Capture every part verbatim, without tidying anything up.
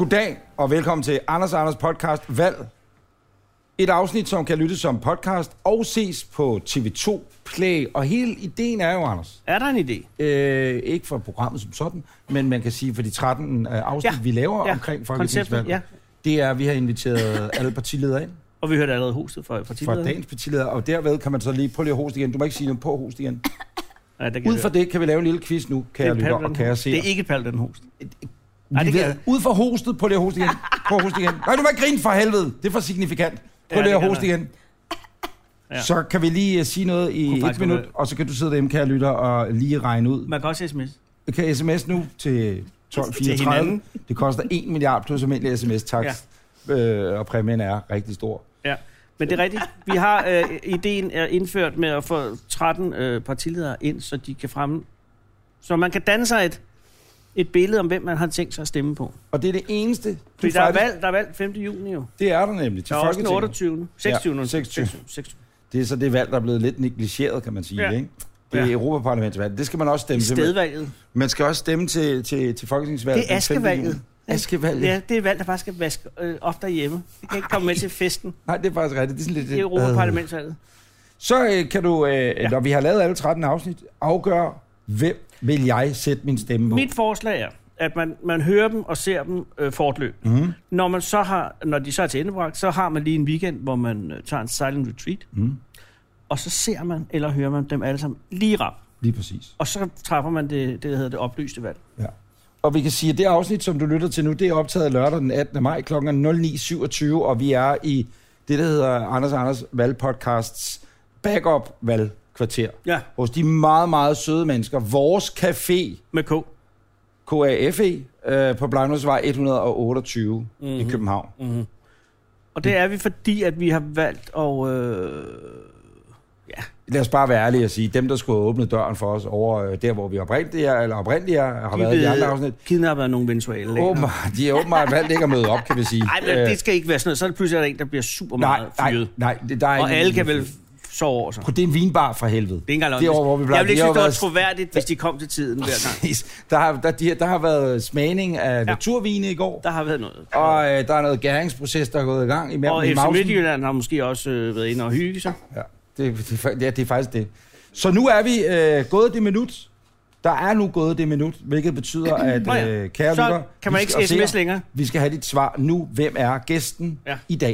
Goddag og velkommen til Anders Anders podcast Valg. Et afsnit, som kan lyttes som podcast og ses på T V to Play. Og hele ideen er jo, Anders. Er der en idé? Øh, ikke for programmet som sådan, men man kan sige for de tretten øh, afsnit, ja. vi laver ja. omkring folketingsvalget. Ja. Det er, at vi har inviteret alle partiledere ind. Og vi hørte allerede hostet fra partiledere. Fra dagens partiledere, og derved kan man så lige prøve lige at hoste igen. Du må ikke sige noget på host igen. Ja, ud fra det kan vi lave en lille quiz nu, kære lytter og kære seere. Det er ikke Paludan host. Nej, det kan ud fra hostet, på det host igen. På host igen. Nej, du må ikke grine for helvede. Det er for signifikant. På ja, det host igen. Ja. Så kan vi lige uh, sige noget i et minut, og så kan du sidde derhjemme, kære lytter, og lige regne ud. Man kan også sms. Du kan sms nu til tolv fireogtredive. Det koster en milliard plus almindelig sms-takst, ja. øh, og præmien er rigtig stor. Ja, men det er rigtigt. Vi har øh, ideen er indført med at få tretten øh, partiledere ind, så de kan fremme. Så man kan danne sig et, et billede om, hvem man har tænkt sig at stemme på. Og det er det eneste. Fordi der, faktisk... er valg, der er valg femte juni jo. Det er der nemlig. Til der er også den otteogtyvende. seksogtyvende. Ja, seksogtyvende. seksogtyvende. Det er så det valg, der er blevet lidt negligeret, kan man sige. Ja. Ikke? Det er ja. Europaparlamentsvalg. Det skal man også stemme til. Stedvalget. Man skal også stemme til, til, til folketingsvalget. Det er askevalget. Askevalget. Ja, det er valg, der bare skal vaske øh, op derhjemme. Det kan ikke komme med til festen. Nej, det er faktisk rigtigt. Det er sådan lidt... Det er Europaparlamentsvalget. Så øh, kan du, øh, ja. når vi har lavet alle tretten afsnit, afgøre, hvem vil jeg sætte min stemme på? Mit forslag er, at man, man hører dem og ser dem øh, fortløb. Mm-hmm. Når, man så har, når de så er til endebragt, så har man lige en weekend, hvor man øh, tager en silent retreat. Mm. Og så ser man eller hører man dem alle sammen lige rap. Lige præcis. Og så træffer man det, det der hedder det oplyste valg. Ja. Og vi kan sige, at det afsnit, som du lytter til nu, det er optaget lørdag den attende maj kl. nul ni syvogtyve, og vi er i det, der hedder Anders Anders Valgpodcasts backup valgkvarter. Ja. Hos de meget, meget søde mennesker. Vores café. Med K. K A F E øh, på Blejnåsvej et hundrede og otteogtyve mm-hmm. i København. Mm-hmm. Og det er vi, fordi at vi har valgt at... Øh Ja. Lad os bare være ærlige og sige, dem, der skulle åbne døren for os over der, hvor vi oprindeligt er, eller oprindeligt er, har de været i de andre afsnit. Kidnappet af nogle Venezuela. Åbenbart, de er åbenbart valgt ikke at møde op, kan vi sige. Nej, men det skal ikke være sådan noget. Så er det pludselig er der en, der bliver super meget fyret. Nej, nej, der er og alle kan vel sove over sig. Det er en vinbar for helvede. Det er ikke engang det over, hvor vi plejer. Jeg vil ikke synes, det var troværdigt, hvis de kom til tiden hver gang. Der har, der, de, der har været smagning af ja. naturvine i går. Der har været noget. Og øh, der er noget gæringsproces, der er gået i gang. I og F C Midtjylland har måske også øh, været inde og hygge sig. Ja. Det, det, ja, det er faktisk det. Så nu er vi øh, gået det minut. Der er nu gået det minut, hvilket betyder, at øh, kære så lytter, kan man ikke sms længere. Vi skal have dit svar nu. Hvem er gæsten ja. i dag?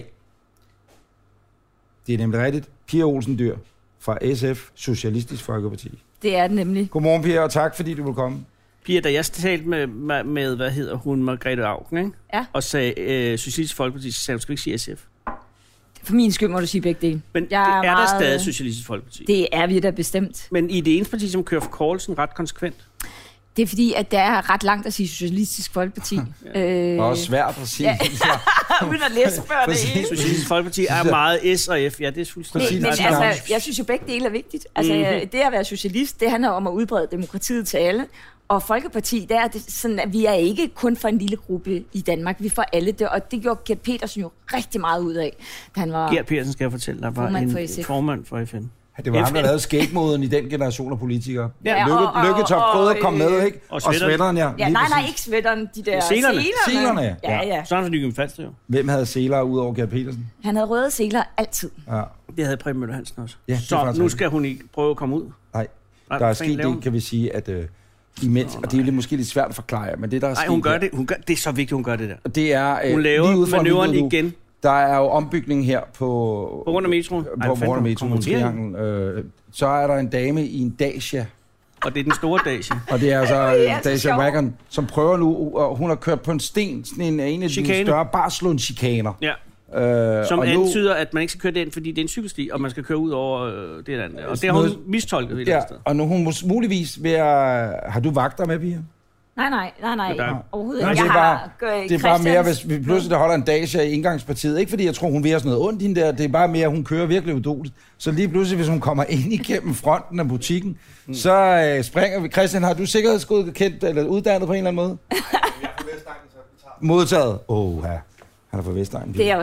Det er nemlig rigtigt. Pia Olsen Dyhr fra S F, Socialistisk Folkeparti. Det er det nemlig. Godmorgen, Pia, og tak, fordi du vil komme. Pia, da jeg talte med, med, med, hvad hedder hun, Margrethe Auken, ikke? Ja. Og sagde øh, Socialistisk Folkeparti, så sagde hun, skal ikke sige S F? For min skyld må du sige begge dele. Men jeg er, er meget, der stadig Socialistisk Folkeparti? Det er vi da bestemt. Men I det eneste parti, som kører for Korlsen ret konsekvent? Det er fordi, at det er ret langt at sige Socialistisk Folkeparti. Ja. Øh, det er også svært at sige. Ja. Uden at læse før det hele. Socialistisk Folkeparti er meget S og F. Ja, det er fuldstændig. Men, men altså, jeg synes jo begge dele er vigtigt. Altså, mm-hmm. det at være socialist, det handler om at udbrede demokratiet til alle. Og Folkeparti, der er det sådan, at vi er ikke kun for en lille gruppe i Danmark. Vi er for alle det, og det gjorde Gert Petersen jo rigtig meget ud af. Han var Gert Petersen, skal jeg fortælle dig, var en for formand for F N. Ja, det var ham, der lavede skægmoden i den generation af politikere. Ja, Lykke, Lykketop prøvede at komme med, ikke? Og svætteren, ja. ja. Nej, nej, ikke svætteren, de der selerne. Selerne, ja. ja, ja. Sådan for Nykøbing Falster jo. Hvem havde seler ud over Gert Petersen? Han havde røde seler altid. Ja. Det havde Preben Møller Hansen også. Ja, så nu skal hun ikke prøve at komme ud. Nej, der er sket det, kan vi sige, at... Øh, imens, og det er jo måske lidt svært at forklare, men det der er Nej, hun gør det. Hun gør, det er så vigtigt, hun gør det der. Og det er øh, hun laver manøvren igen. Der er jo ombygning her på på grund af metroen. På grund af metroen. Øh, så er der en dame i en Dacia. Og det er den store Dacia. Og det er altså en Dacia Wagon, som prøver nu, og hun har kørt på en sten, sådan en, en af de større Barcelona-chikaner. Ja. Øh, som antyder, at man ikke skal køre den, fordi det er en cykelsti, og man skal køre ud over øh, det andet. Og det har hun mistolket et ja, sted. Og nu hun muligvis ved at... Har du vagter med, Pia? Nej, nej, nej, nej. Ja, overhovedet ikke. Det er bare, det er bare mere, hvis vi pludselig der holder en Dacia i indgangspartiet. Ikke fordi jeg tror, hun vil have sådan noget ondt hende der. Det er bare mere, at hun kører virkelig udoligt. Så lige pludselig, hvis hun kommer ind igennem fronten af butikken, mm. så øh, springer vi. Christian, har du sikkerhedsgodkendt eller uddannet på en eller anden måde? Nej, jeg er fra Vestegnen, så vi tager modtaget. Åh, oh, ja. Han er fra Vestegnen. Det er jeg også selv.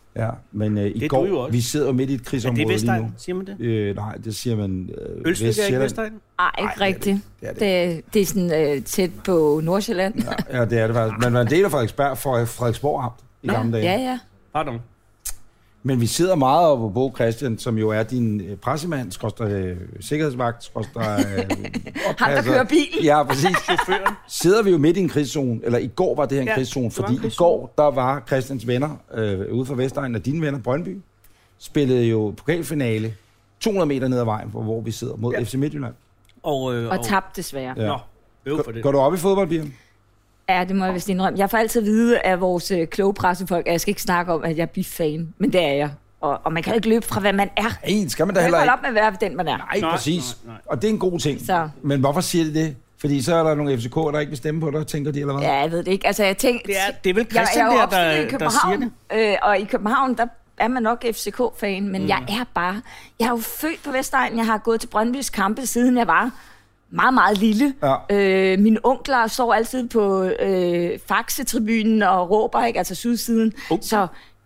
Ja, men øh, i går, vi sidder jo midt i et krigsområde lige nu. Er det Vestegn, siger man det? Øh, nej, det siger man... Øh, Ølstykke er ikke Vestegn? Nej, ikke Ej, rigtigt. Det er det. Det, det. det er sådan øh, tæt på Nordsjælland. Ja, ja, det er det faktisk. Man var en del af Frederiksberg, for Frederiksborg Amt i ja. gamle dage. Ja, ja. Pardon. Men vi sidder meget oppe på Bo Christian, som jo er din øh, pressemand, skorster øh, sikkerhedsvagt, skorster... Øh, Han, der kører bil. Ja, præcis. Chaufføren. Sidder vi jo midt i en krigszone, eller i går var det her en ja, krigszone, fordi i går, der var Christians venner øh, ude fra Vestegn, og dine venner, Brøndby, spillede jo pokalfinale to hundrede meter ned ad vejen, hvor, hvor vi sidder mod ja. F C Midtjylland. Og, øh, og, og tabte desværre. Ja. Nå, øv for det. Går du op i fodbold, Birgen? Ja, det må jeg vist indrømme. Jeg får altid at vide af vores øh, kloge pressefolk, at jeg skal ikke snakke om, at jeg er BIF-fan. Men det er jeg. Og, og man kan ikke løbe fra, hvad man er. Nej, skal man da heller ikke. Man kan op med at være den, man er. Nej, nej præcis. Nej, nej. Og det er en god ting. Så. Men hvorfor siger de det? Fordi så er der nogle F C K'er, der ikke vil stemme på dig, tænker de, eller hvad? Ja, jeg ved det ikke. Altså, jeg tænker... Det er, det er vel Christian jeg, jeg der, der, der siger det. Øh, og i København, der er man nok F C K-fan, men mm. jeg er bare... Jeg er jo født på Vestegn. Jeg har gået til Brøndbys kampe, siden jeg var meget, meget lille. Ja. Øh, mine onkler står altid på øh, Faxe-tribunen og råber, ikke? Altså sydsiden. Uh. Så...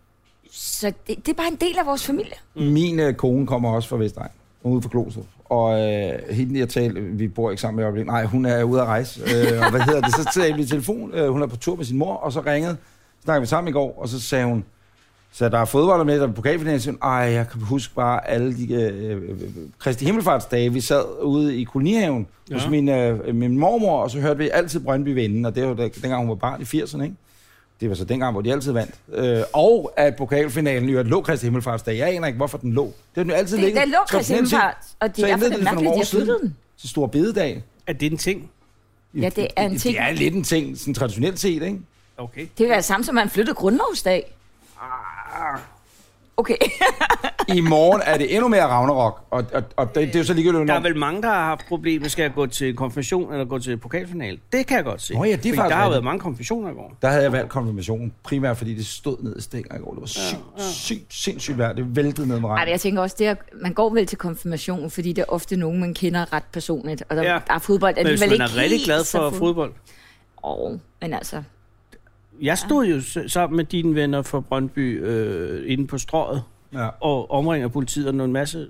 Så det, det er bare en del af vores familie. Min øh, kone kommer også fra Vestegn, ude fra Glostrup. Og øh, hende, jeg talte, vi bor ikke sammen med øjeblik. Nej, hun er ude at rejse. Øh, og hvad hedder det? Så talte vi i telefon. Øh, hun er på tur med sin mor, og så ringede. Snakkede vi sammen i går, og så sagde hun, så der er fodbold med, der er pokalfinalen. Så ej, jeg kan huske bare alle de øh, Kristi Himmelfartsdage. Vi sad ude i kolonihaven ja. hos min, øh, min mormor, og så hørte vi altid Brøndby vinde. Og det var dengang hun var barn i firserne, ikke? Det var så dengang, hvor de altid vandt. Øh, og at pokalfinalen jo lå Kristi Himmelfartsdag. Jeg aner ikke, hvorfor den lå. Det har den jo altid ligget. Den lå Kristi Himmelfarts, og det er derfor, det er mærkeligt, at de har flyttet den. Så stor bededag. Er det en ting? Ja, det er en ting. Det er lidt en ting, sådan traditionelt set, ikke? Okay. Det vil være samme, som man flyttede grundlovsdag. Ah. Okay. I morgen er det endnu mere Ragnarok, og, og, og det, det er jo så ligegyldigt. Der er vel mange, der har haft problemer, skal jeg gå til konfirmation eller gå til pokalfinal. Det kan jeg godt se. Oh ja, det er der har været mange konfirmationer i går. Der havde jeg valgt konfirmation, primært fordi det stod ned i stænger i går. Det var sygt, ja, ja. sygt, sindssygt værd. Det væltede ned med regn. Ej, jeg tænker også, det er, man går vel til konfirmation, fordi det er ofte nogen, man kender ret personligt. Og der, ja. der er fodbold alligevel ikke. Men hvis man er rigtig glad for fodbold. Åh, oh, men altså... Jeg stod jo sammen med dine venner fra Brøndby øh, inde på Strøget. Ja. Og omringer politiet og en masse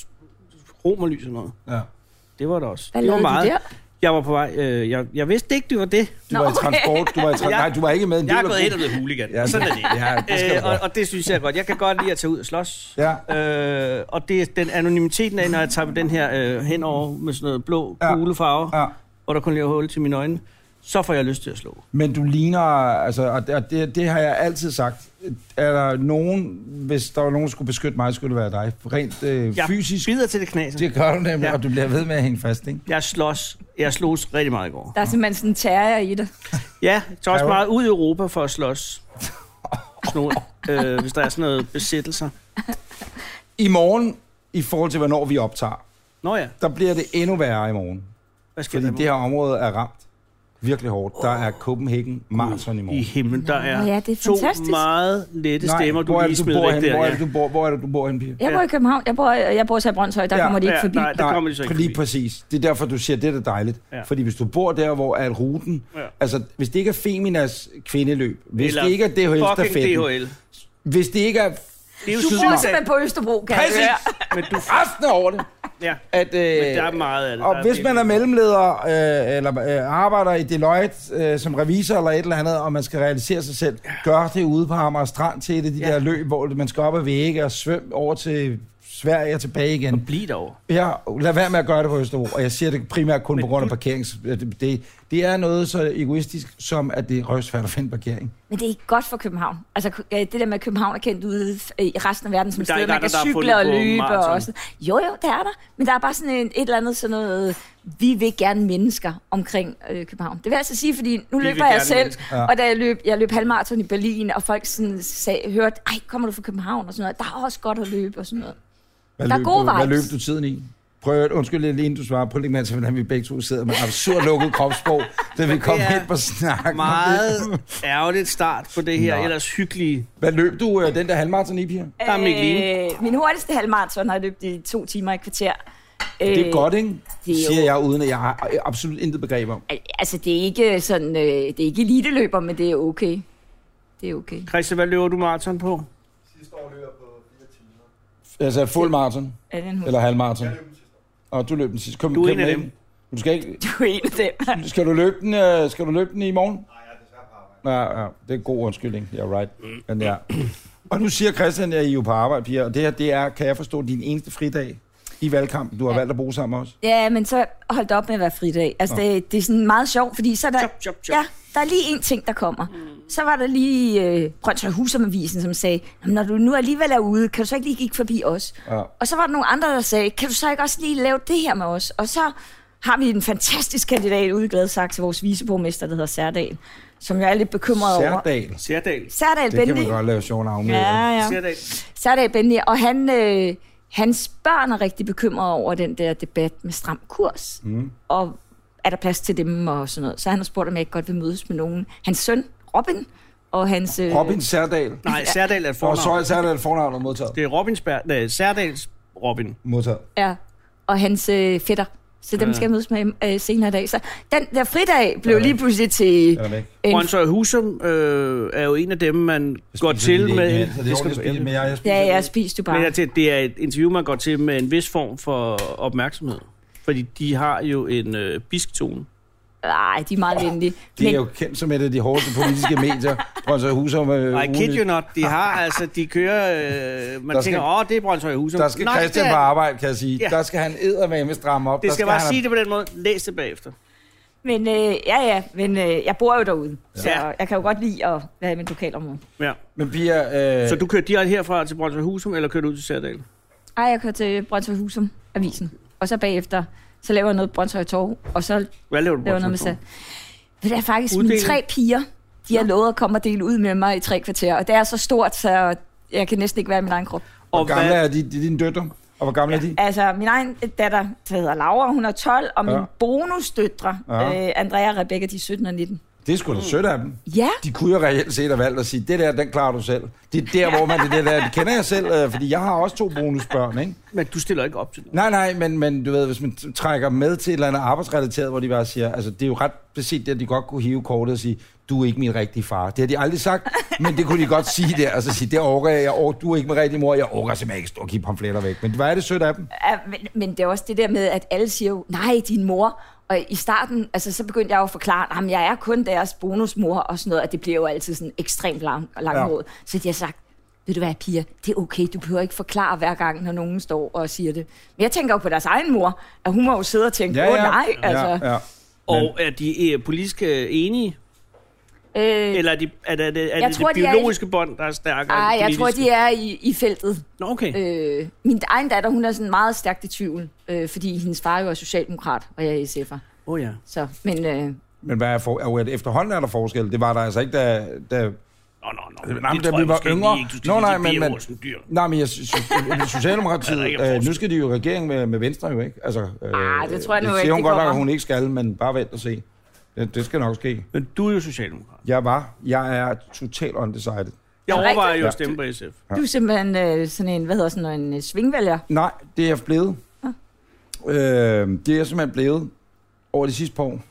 romerlys og noget. Ja. Det var det også. Hvad det var meget. Der? Jeg var på vej. Øh, jeg, jeg vidste ikke, det var det. Du Nå, var i transport. Du var, i tra- nej, du var ikke med en del. Jeg er gået ind og blevet hooligan. Ja, sådan er det. Ja, det øh, og, og det synes jeg er godt. Jeg kan godt lide at tage ud og slås. Ja. Øh, og det er den anonymiteten af, når jeg tager den her øh, henover med sådan noget blå, gule farve, ja. hvor der kun lige hul til mine øjne, så får jeg lyst til at slå. Men du ligner, altså, og det, det har jeg altid sagt, er der nogen, hvis der var nogen, der skulle beskytte mig, skulle det være dig. Rent øh, jeg fysisk. Jeg bider til det knaser. Det gør du nemlig, ja. Og du bliver ved med at hænge fast, ikke? Jeg slås. Jeg slås rigtig meget i går. Der er simpelthen sådan en terrier i det. Ja, jeg tager også meget ud i Europa for at slås. Sådan, øh, hvis der er sådan noget besættelser. I morgen, i forhold til hvornår vi optager, Nå ja. der bliver det endnu værre i morgen. Hvad skal fordi det, det her område er ramt virkelig hårdt. Der er Copenhagen Marathon i morgen. I himlen, der er, ja, det er to meget lette stemmer, nej, du lige smider væk der. Hvor er det, du bor, hvor er det, du bor henne, Pia? Jeg bor i København. Jeg bor, jeg bor i Brøndshøj. Der ja, kommer de ikke ja, forbi. Nej, der kommer de så ikke lige forbi. Præcis. Det er derfor, du siger, det er dejligt. Ja. Fordi hvis du bor der, hvor er ruten... Ja. Altså, hvis det ikke er Feminas kvindeløb, hvis eller det ikke er D H L-stafetten... hvis det ikke er... Det er jo du bor simpelthen på Østerbro, kan præcis. jeg Men du resten over det. Ja, at, øh, men der er meget af det. Og hvis man er mellemleder, øh, eller øh, arbejder i Deloitte øh, som revisor eller et eller andet, og man skal realisere sig selv, gør det ude på Amager Strand til det, de ja. der løb, hvor man skal op ad vægge og svømme over til Sverige og tilbage igen. Og blive derovre. Ja, lad være med at gøre det på Østerbro, og jeg siger det primært kun men på grund af parkerings... Det, det, det er noget så egoistisk, som at det er røvsvært at finde parkering. Men det er ikke godt for København. Altså, det der med, at København er kendt ude i resten af verden som sted, man kan der, cykle og løbe og også. Jo, jo, det er der. Men der er bare sådan en, et eller andet sådan noget, vi vil gerne mennesker omkring øh, København. Det vil jeg altså sige, fordi nu vi løber jeg selv, ja. Og da jeg løb, jeg løb halvmarathon i Berlin, og folk sådan sag, hørte, ej, kommer du fra København og sådan noget. Der er også godt at løbe og sådan noget. Hvad der er gode vibes. Hvad løb du tiden i? Prøv at undskyld lidt, inden du svarer. Prøv lige med til, hvordan vi begge to sidder med absurd lukket kropssprog, da vi kom hen på snakken. Meget ærgerligt start på det her, Nå. ellers hyggelige. Hvad løb du den der halvmarathon i, Pia? Der er Mikkeline. Øh, min hurtigste halvmarathon har jeg løbet i to timer i kvarter. Det er godt, ikke? Det siger jo... jeg, uden at jeg har absolut intet begreb om. Altså, det er ikke sådan, det er ikke eliteløber, men det er okay. Det er okay. Christian, hvad løber du maraton på? Altså fuld maraton? Eller halvmaraton? Og du løb den sidste. Kom, du er en af dem. Du skal ikke... Du er en af dem. Skal du løbe den, uh, skal du løbe den i morgen? Nej, jeg er desværre på arbejde. Ja, ja, det er en god undskyldning. Ja, right. Men ja. Og nu siger Christian, at I er jo på arbejde, Pia, og det her, det er, kan jeg forstå, din eneste fridag i valgkampen. Du har ja. valgt at bruge sammen også. Ja, men så holdt op med at være fridag. Altså, det, det er sådan meget sjovt, fordi så er der... Chop, chop, chop. Ja, der er lige en ting, der kommer. Mm. Så var der lige øh, Brøndshøj Husum-avisen, som sagde, når du nu alligevel er ude, kan du så ikke lige kigge forbi os? Ja. Og så var der nogle andre, der sagde, kan du så ikke også lige lave det her med os? Og så har vi en fantastisk kandidat ude i Gladsaxe, vores viceborgmester, der hedder Særdal, som jeg er lidt bekymret over. Særdal? Særdal. Særdal Benny. Det kan man godt lave sjove navne med. Ja, ja. Særdal. Særdal Benny, og han... Øh, hans børn er rigtig bekymrede over den der debat med stram kurs. Mm. Og er der plads til dem og sådan noget. Så han har spurgt, om jeg ikke godt vil mødes med nogen. Hans søn, Robin, og hans... Øh... Robin Særdal? Nej, Særdal er et fornavn. Og så er Særdal fornavn og modtaget. Det er Robinsberg, nej, Særdals Robin. Modtaget. Ja, og hans øh, fætter. Så dem skal jeg mødes med øh, senere i dag. Så den der fridag blev lige pludselig til... Brøndshøj Husum øh, er jo en af dem, man går til med... Så det skal spise med. Jeg ja, jeg spiser du bare. Men jeg det er et interview, man går til med en vis form for opmærksomhed. Fordi de har jo en øh, bisktone. Nej, de er meget venlige. Det er men... jo kendt som et af de hårdeste politiske medier. Brøndshøj Husum... Øh, I kid you not. De har altså... De kører... Øh, man der tænker, åh, det er Brøndshøj Husum. Der skal Nej, Christian på arbejde, kan jeg sige. Ja. Der skal han eddermame stramme op. Det skal, skal bare han... sige det på den måde. Læs det bagefter. Men øh, ja, ja. Men øh, jeg bor jo derude. Ja. Så jeg kan jo godt lide at være i min lokalområde. Ja. Men Pia... Øh... Så du kører direkte herfra til Brøndshøj Husum, eller kører du ud til Særdal? Ej, jeg kører til Brøndshøj Husum, avisen. Og så bagefter... Så laver jeg noget Brøndshøj Torv, og så Hvad laver du laver noget med det er faktisk Uddelen. Mine tre piger. De har lovet at komme og dele ud med mig i tre kvarter, og det er så stort, så jeg kan næsten ikke være i min egen krop. Hvor gamle hvad? er de, de dine døtre? Og hvor gamle ja, er de? Altså, min egen datter, der hedder Laura, hun er tolv, og ja. Mine bonusdøtre, ja. øh, Andrea og Rebecca, de er sytten og nitten. Det er sgu da sødt af dem. Ja. De kunne jo reelt set have valgt at sige, det der, den klarer du selv. Det er der, ja. hvor man det, det der, det kender jeg selv, øh, fordi jeg har også to bonusbørn, ikke? Men du stiller ikke op til det. Nej, nej, men, men du ved, hvis man trækker med til et eller andet arbejdsrelateret, hvor de bare siger, altså det er jo ret beset, at de godt kunne hive kortet og sige, du er ikke min rigtige far. Det har de aldrig sagt, men det kunne de godt sige der, altså sige, det orker jeg, jeg orker, du er ikke min rigtige mor, jeg orker simpelthen ikke stå og give pamfletter væk. Men hvad er det sødt af dem? Ja, men, men det er også det der med, at alle siger jo, nej, din mor. Og i starten, altså, så begyndte jeg jo at forklare, at jeg er kun deres bonusmor og sådan noget, og det bliver jo altid sådan ekstremt lang, langhåret. Ja. Så de har sagt, ved du hvad, Pia, det er okay, du behøver ikke forklare hver gang, når nogen står og siger det. Men jeg tænker jo på deres egen mor, at hun må jo sidde og tænke, åh ja, ja. nej, altså. Ja, ja. Og er de øh, politisk øh, enige? Øh, Eller er, de, er det, er det, er det, tror, det biologiske de er, bånd, der er stærkere? Nej, jeg tror, de er i, i feltet. Okay. Øh, min egen datter, hun er sådan meget stærkt i tvivl, øh, fordi hendes far jo er socialdemokrat, og jeg er S F'er. Åh oh, ja. Så, men... Øh, men hvad er for, er efterhånden er der forskel? Det var der altså ikke, da... da Nå, nå, nå. Nej, men da vi var yngre... Nå, nej, men... men nej, men jeg synes, Socialdemokratiet... øh, nu skal de jo i regering med, med Venstre jo, ikke? Altså, øh, ah, det tror jeg nu ikke, det siger hun godt nok, at hun ikke skal, men bare vent og se. Det, det skal nok ske. Men du er jo socialdemokrat. Jeg var. Jeg er totalt undecided. Jeg overvejer jo at stemme på S F. Ja. Du er simpelthen øh, sådan en, hvad hedder sådan en øh, svingvælger? Nej, det er jeg blevet. Ah. Øh, det er jeg simpelthen blevet over de sidste par år.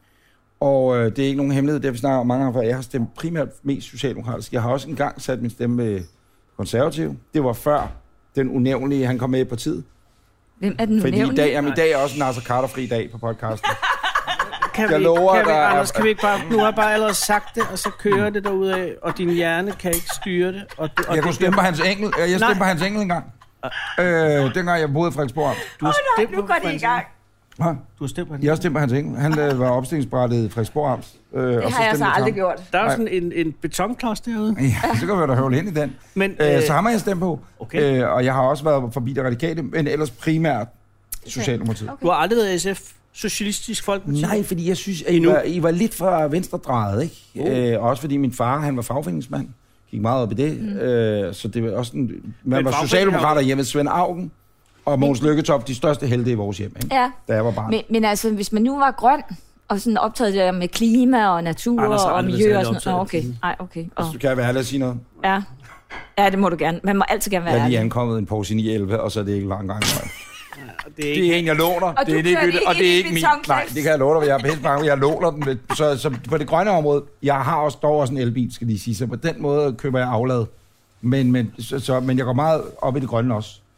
Og øh, det er ikke nogen hemmelighed, det har vi snakket om mange gange, for jeg har stemt primært mest socialdemokratisk. Jeg har også engang sat min stemme med konservativ. Det var før den unævnlige, han kom med i partiet. Hvem er den Fordi i dag, jamen, i dag er også en Nasser Carter-fri dag på podcasten. Kan vi, jeg lover, kan vi, der Anders, kan vi ikke bare... Nu har jeg bare allerede sagt det, og så kører det derudad, og din hjerne kan ikke styre det. Og det og jeg det, kunne stemme på Hans Engel. Jeg stemte på Hans Engel engang. Øh, dengang jeg boede i Frederiksborg. Du har oh, nej, nu går det i gang. Hå? Du har stemt på Hans Jeg har stemt på Hans Engel. Han øh, var opstillingsberettiget i Frederiksborg Amt. Øh, det og så har jeg så aldrig gjort. Der er jo sådan en, en betonklods derude. Ja, så kan vi da høvle ind i den. Men, øh, så har man jeg stemt på. Okay. Øh, og jeg har også været forbi det radikale, men ellers primært Socialdemokratiet. Okay. Du har aldrig været S F? Socialistisk Folkeparti? Nej, fordi jeg synes, at I var, I var lidt for venstredrejet, ikke? Oh. Øh, også fordi min far, han var fagforeningsmand. Gik meget op i det. Mm. Øh, så det var også sådan... Man men var socialdemokrater hjemme. Svend Augen og Mogens Lykketoft, de største helte i vores hjem, ikke? Ja. Da jeg var barn. Men, men altså, hvis man nu var grøn, og sådan optaget der med klima og natur Anders, og miljø og sådan noget. Okay, nej, okay. Oh. Altså, du kan være ærlig at sige noget? Ja. Ja, det må du gerne. Man må altid gerne være ærlig. Jeg er lige ankommet en Porsche ni elleve, og så er det ikke lang gang. Ja, det, er ikke... det er en, jeg låner. Og det er det, ikke, og det er ikke min. Nej, det kan jeg låne, jeg er helt bange. Jeg låner den. Så, så på det grønne område, jeg har også dog også en elbil, skal lige sige. Så på den måde køber jeg aflad. Men, men, så, så, men jeg går meget op i det grønne også.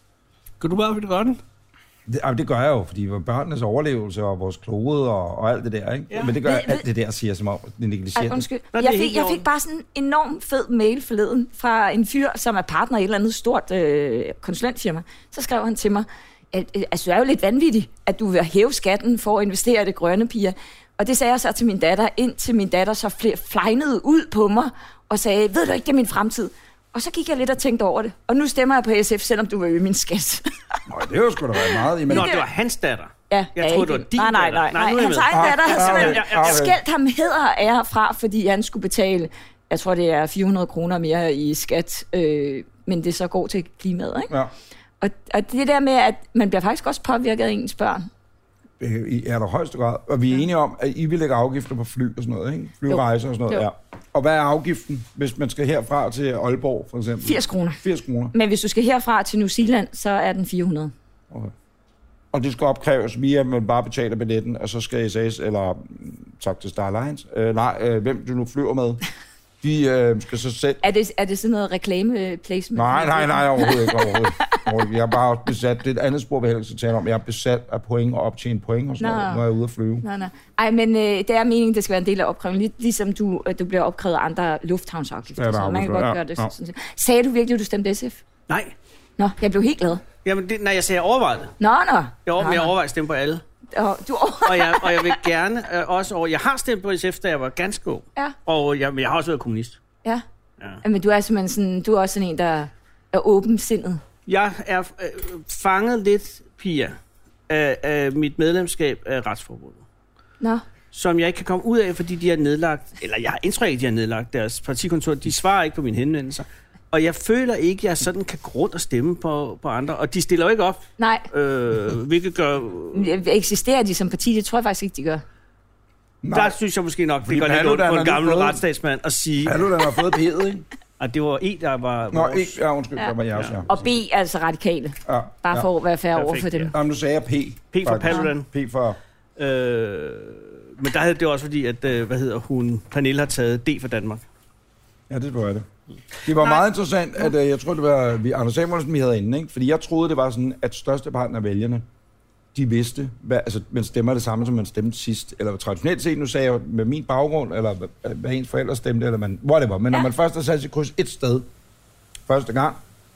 Kan du bare finde grønne? Det, det gør jeg jo, fordi børnenes overlevelse og vores klode og, og alt det der, ikke? Ja. Men det gør jeg, alt det der, siger som om, det negligerer. Undskyld. Jeg fik, jeg fik bare sådan en enorm fed mail forleden fra en fyr, som er partner i et eller andet stort øh, konsulentfirma. Så skrev han til mig, at altså, du er jo lidt vanvittig, at du vil hæve skatten for at investere i det grønne, Pia. Og det sagde jeg så til min datter, indtil min datter så flejnede ud på mig og sagde, ved du ikke, det er min fremtid. Og så gik jeg lidt og tænkte over det. Og nu stemmer jeg på S F, selvom du vil øge min skat. Nå, det er jo sgu da været meget. Nå, det var hans datter. Ja, jeg troede, det var din nej, nej, nej, nej. nej. Hans egen datter har simpelthen ah, okay. skældt ham hæder og ære fra, fordi han skulle betale, jeg tror, det er fire hundrede kroner mere i skat, øh, men det så går til klimaet, ikke? Ja. Og, og det der med, at man bliver faktisk også påvirket af ens børn. I er der højeste grad. Og vi er enige om, at I vil lægge afgifter på fly og sådan noget, ikke? Flyrejser og sådan noget, jo. Ja. Og hvad er afgiften, hvis man skal herfra til Aalborg, for eksempel? firs kroner. firs kroner. Men hvis du skal herfra til New Zealand, så er den fire hundrede. Okay. Og det skal opkræves via, at man bare betaler billetten, og så skal S A S, eller tak til Starlines, øh, nej, øh, hvem du nu flyver med, de øh, skal så selv... Er det, er det sådan noget reklame-placement? Nej, nej, nej, overhovedet ikke. Overhovedet. Jeg er bare besat, det er et andet spor, vi heller skal tale om. Jeg er besat af point og optjene point og sådan noget, når jeg er ude at flyve. Nej, nej. Ej, men øh, det er meningen, det skal være en del af opkrævningen. Lig, ligesom du, du bliver opkrævet andre lufthavnsafgifter. Ja, så man kan godt ja, gøre det. Ja. Sådan. Sagde du virkelig, at du stemte S F? Nej. Nå, jeg blev helt glad. Jamen, det, nej, jeg sagde, jeg overvejede. Nå, nå. Jeg, over, nå, jeg overvejede at stemme på alle. Og, du og, jeg, og jeg vil gerne øh, også over... Jeg har stemt på S F, da jeg var ganske ung. Ja. Og jeg, men jeg har også været kommunist. Ja. Ja. Men du er simpelthen sådan, du er også sådan en, der er åbensindet. Jeg er øh, fanget lidt, Pia, af, af mit medlemskab af Retsforbundet. Nå. Som jeg ikke kan komme ud af, fordi de har nedlagt, eller jeg har indtryk ikke, de har nedlagt deres partikontor. De svarer ikke på mine henvendelser. Og jeg føler ikke, at jeg sådan kan gå rundt og stemme på, på andre. Og de stiller jo ikke op. Nej. Øh, hvilket gør... Eksisterer de som parti? Det tror jeg faktisk ikke, de gør. Nej. Der synes jeg måske nok, det går lidt ondt på en gammel fået... retsstatsmand at sige... Hallo, den har fået P'et, ikke? Og det var E, der var... Nå, E, ja, undskyld, ja. Der var jeres, ja. Og B er altså radikale. Ja. Bare ja. for at være færre over for dem. Ja. Jamen, nu sagde jeg P. P for Paludan. P for... Øh, men der havde det også fordi, at, hvad hedder hun, Pernille har taget D for Danmark. Ja, det var det. Det var Nej. meget interessant, at uh, jeg tror, det var vi, Anders Samuelsen, vi havde inde, ikke? Fordi jeg troede, det var sådan, at størsteparten af vælgerne, de vidste, hvad, altså man stemmer det samme, som man stemte sidst. Eller traditionelt set, nu sagde jeg med min baggrund, eller hvad, hvad ens forældre stemte, eller man, whatever. Men ja. Når man først har sat sit kryds et sted, første gang,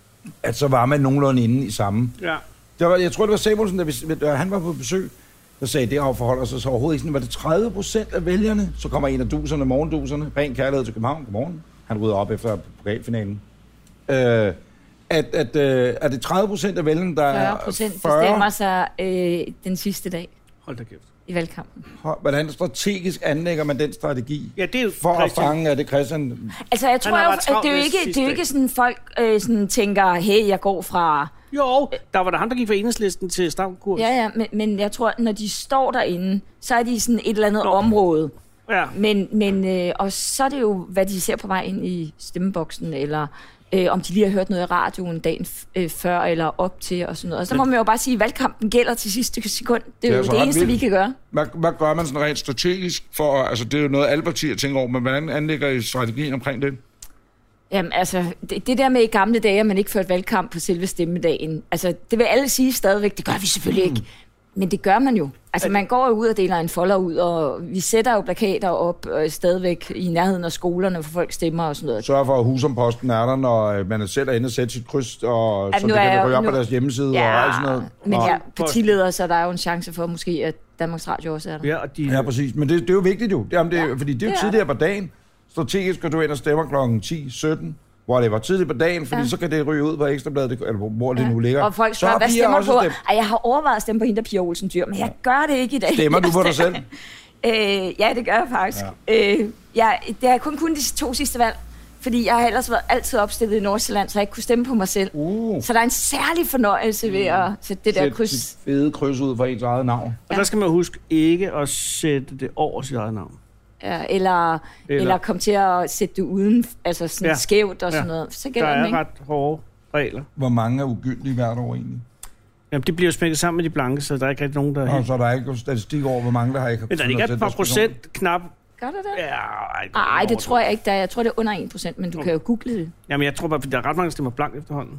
at så var man nogenlunde inde i samme. Ja. Det var, jeg tror, det var Samuelsen, da, vi, da han var på besøg, der sagde, det har forholdt sig så overhovedet ikke sådan. Var det tredive procent af vælgerne, så kommer en af duserne, morgenduserne, ren kærlighed til København, godmorgen. Han rydder op efter pokalfinalen. Øh, at, at, øh, er det tredive procent af vælgerne, der er... fyrre procent bestemmer sig øh, den sidste dag. Hold da kæft. I valgkampen. Hvordan strategisk anlægger man den strategi? Ja, det er jo for Christian. At fange, er det Christian... Altså, jeg tror jo, at det er jo ikke, det er jo ikke sådan, folk øh, sådan tænker, hey, jeg går fra... Jo, der var der ham, der gik fra Enhedslisten til Stram-kurs. Ja, ja, men, men jeg tror, når de står derinde, så er de sådan et eller andet Nå. område. Ja. Men, men øh, og så er det jo, hvad de ser på vej ind i stemmeboksen, eller øh, om de lige har hørt noget i radioen dagen f- øh, før, eller op til, og sådan noget. Og så må man jo bare sige, at valgkampen gælder til sidste sekund. Det er, det er jo det eneste, vildt. vi kan gøre. Hvad, hvad gør man sådan rent strategisk for, altså det er jo noget, alle partier tænker over, men hvordan anlægger I strategien omkring det? Jamen altså, det, det der med i gamle dage, at man ikke førte valgkamp på selve stemmedagen, altså det vil alle sige stadigvæk, det gør vi selvfølgelig mm. ikke. Men det gør man jo. Altså, man går jo ud og deler en folder ud, og vi sætter jo plakater op øh, stadigvæk i nærheden af skolerne, for folk stemmer og sådan noget. Sørg for, at husomposten er der, når man selv er inde og sætter sit kryds, og ja, så det kan ryge op nu... på deres hjemmeside ja, og alt sådan noget. Men ja, partileder, så der er jo en chance for måske, at Danmarks Radio også er der. Ja, og de... ja præcis. Men det, det er jo vigtigt jo. Jamen, det, ja, fordi det er jo det tidligere er. på dagen. Strategisk går du ind og stemmer klokken ti sytten. Hvor det var tidligt på dagen, fordi ja. så kan det ryge ud på Ekstrabladet, eller hvor det ja. nu ligger. Og folk spørger, hvad stemmer du på? Ej, jeg har overvejet at stemme på hende, der Pia Olsen Dyhr, men jeg gør det ikke i dag. Stemmer du på dig selv? øh, ja, det gør jeg faktisk. Ja. Øh, jeg, det har kun kun de to sidste valg, fordi jeg har ellers været altid opstillet i Nordsjælland, så jeg ikke kunne stemme på mig selv. Uh. Så der er en særlig fornøjelse ved at sætte det der kryds. Sæt sit fede kryds ud for ens eget navn. Og der skal man huske ikke at sætte det over sit eget navn. Ja, eller, eller, eller komme til at sætte det uden, altså sådan ja. skævt og sådan ja. noget. Så der er ret hårde regler. Hvor mange er ugyldige hvert år egentlig? Jamen, det bliver jo smækket sammen med de blanke, så der er ikke rigtig nogen, der... Nå, så der er ikke statistik over, hvor mange der har ikke... Men der er ikke et par procent knap... Gør det det? Ja, ej, ej det tror jeg ikke, der er. Jeg tror, det er under en procent, men du okay. kan jo google det. Jamen, jeg tror bare, fordi der er ret mange, der stemmer blankt efterhånden.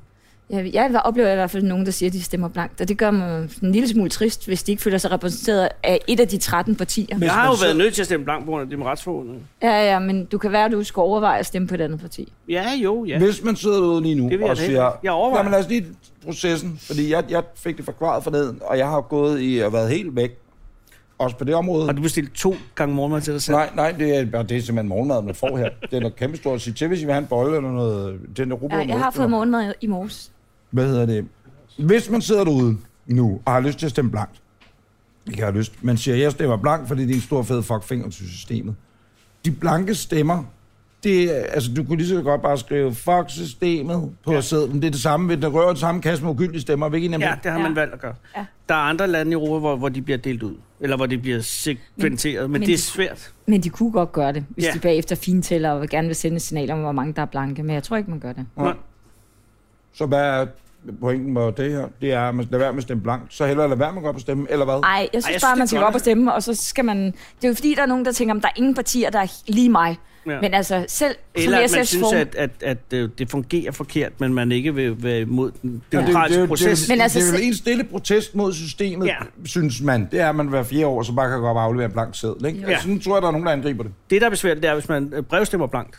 Jeg, jeg oplever i hvert fald nogen, der siger, at de stemmer blankt, og det gør mig en lille smule trist, hvis de ikke føler sig repræsenteret af et af de tretten partier. Men jeg har jo været nødt til at stemme blankt på grund af demokratsforholdet. Ja, ja, men du kan være, at du skal overveje at stemme på et andet parti. Ja, jo, ja. Hvis man sidder derude lige nu og siger, jeg overvejer. Jamen lad os lige processen, fordi jeg, jeg fik det forklaret forneden, og jeg har gået i og været helt væk. Også på det område. Har du bestilt to gange morgenmad til dig selv? Nej, nej, det er, det er simpelthen morgenmad, man får her. Det er noget kæmpe stort. Sig til, hvis I vil have en bolle eller noget. Den er ja, jeg har fået morgenmad i morges. Hvad hedder det? Hvis man sidder derude nu og har lyst til at stemme blankt, ikke har lyst, man siger, jeg stemmer blankt, fordi det er en stor fed fuckfinger til systemet. De blanke stemmer, det er, altså du kunne lige så godt bare skrive fuck systemet på ja. Sædlen. Det er det samme, ved den rører den samme kasse med ugyldige stemmer. Ikke ja, det har man ja. valgt at gøre. Ja. Der er andre lande i Europa, hvor, hvor de bliver delt ud. Eller hvor de bliver segmenteret, men, men, men det er svært. Men de kunne godt gøre det, hvis ja. de bagefter fintæller og gerne vil sende signaler om, hvor mange der er blanke. Men jeg tror ikke, man gør det. Ja. Så hvad er pointen med det her? Det er, at man lader være med at stemme blankt. Så hellere lade være med at gå op og stemme, eller hvad? Nej, jeg synes Ej, bare, man skal gå op og stemme, og så skal man... Det er jo fordi, der er nogen, der tænker, at der er ingen partier, der er lige mig. Ja. Men altså, selv eller at man synes, form... at, at, at det fungerer forkert, men man ikke vil være imod den demokratiske ja, det, det, proces. Det, det, det, altså, det er jo en stille protest mod systemet, ja. synes man. Det er, at man hver fire år, så bare kan gå op og aflevere en blank seddel. Ikke? Ja. Altså, nu tror jeg, der er nogen, der angriber det. Det, der er besværligt, det er, hvis man brevstemmer blankt.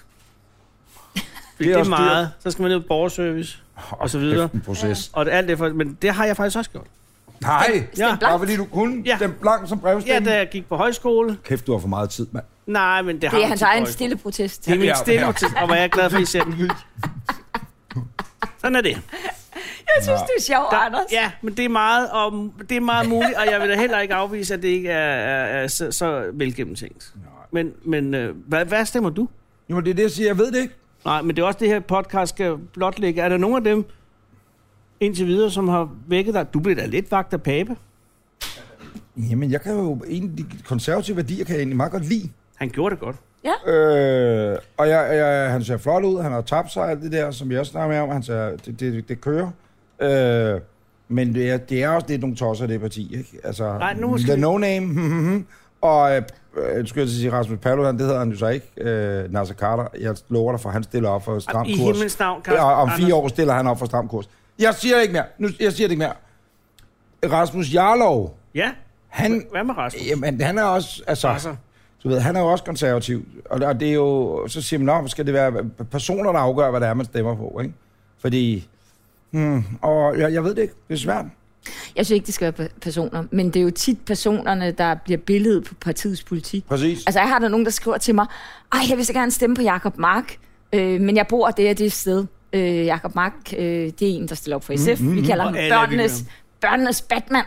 Det er, det er meget. Så skal man ned på borgerservice, oh, og så videre. En proces. Og det, alt det for, men det har jeg faktisk også gjort. Nej, ja. Bare fordi du kunne ja. stemme blank som brevstemme. Ja, da jeg gik på højskole. Kæft, du har for meget tid, mand. Nej, men det, det har er hans egen stille protest. Det er min stille protest, og hvor jeg er glad for, at I ser den. Sådan er det. Jeg synes, det er sjovt, Anders. Ja, men det er meget, og det er meget muligt, og jeg vil da heller ikke afvise, at det ikke er, er, er så, så velgennemtænkt. Men, men øh, hvad, hvad stemmer du? Jo, det er det, jeg siger. Jeg ved det ikke. Nej, men det er også det her podcast skal blotlægge. Er der nogen af dem indtil videre, som har vækket dig? Du bliver da lidt vagt af Pape. Jamen, jeg kan jo... En af de konservative værdier kan jeg egentlig meget godt lide. Han gjorde det godt. Ja. Øh, og jeg, jeg, han ser flot ud. Han har tabt sig alt det der, som jeg også snakker med om. Han ser, det, det, det kører. Øh, men det er, det er også lidt nogle tosser, det parti, ikke? Altså, Nej, nu måske... The No Name. Og... Øh, skulle jeg sige, Rasmus Paludan, det hedder han jo så ikke. Øh, Nasser Carter, jeg lover dig for, han stiller op for Stram Kurs. I himlens navn, Carsten. Ja, om fire år stiller han op for Stram Kurs. Jeg siger det ikke mere. Nu, jeg siger det ikke mere. Rasmus Jarlov. Ja? Han, hvad med Rasmus? Jamen, han er også, altså, altså. Du ved, han er jo også konservativ. Og det er jo, så siger man, nå, skal det være personer, der afgør, hvad det er, man stemmer på, ikke? Fordi, hmm, og jeg, jeg ved det ikke, det er svært. Jeg synes ikke, det skal være personer, men det er jo tit personerne, der bliver billedet på partiets politik. Præcis. Altså, jeg har der nogen, der skriver til mig, ej, jeg vil så gerne stemme på Jacob Mark, øh, men jeg bor det og det sted. Øh, Jacob Mark, øh, det er en, der stiller op for S F. Mm, mm, Vi kalder ham børnenes, børnenes Batman.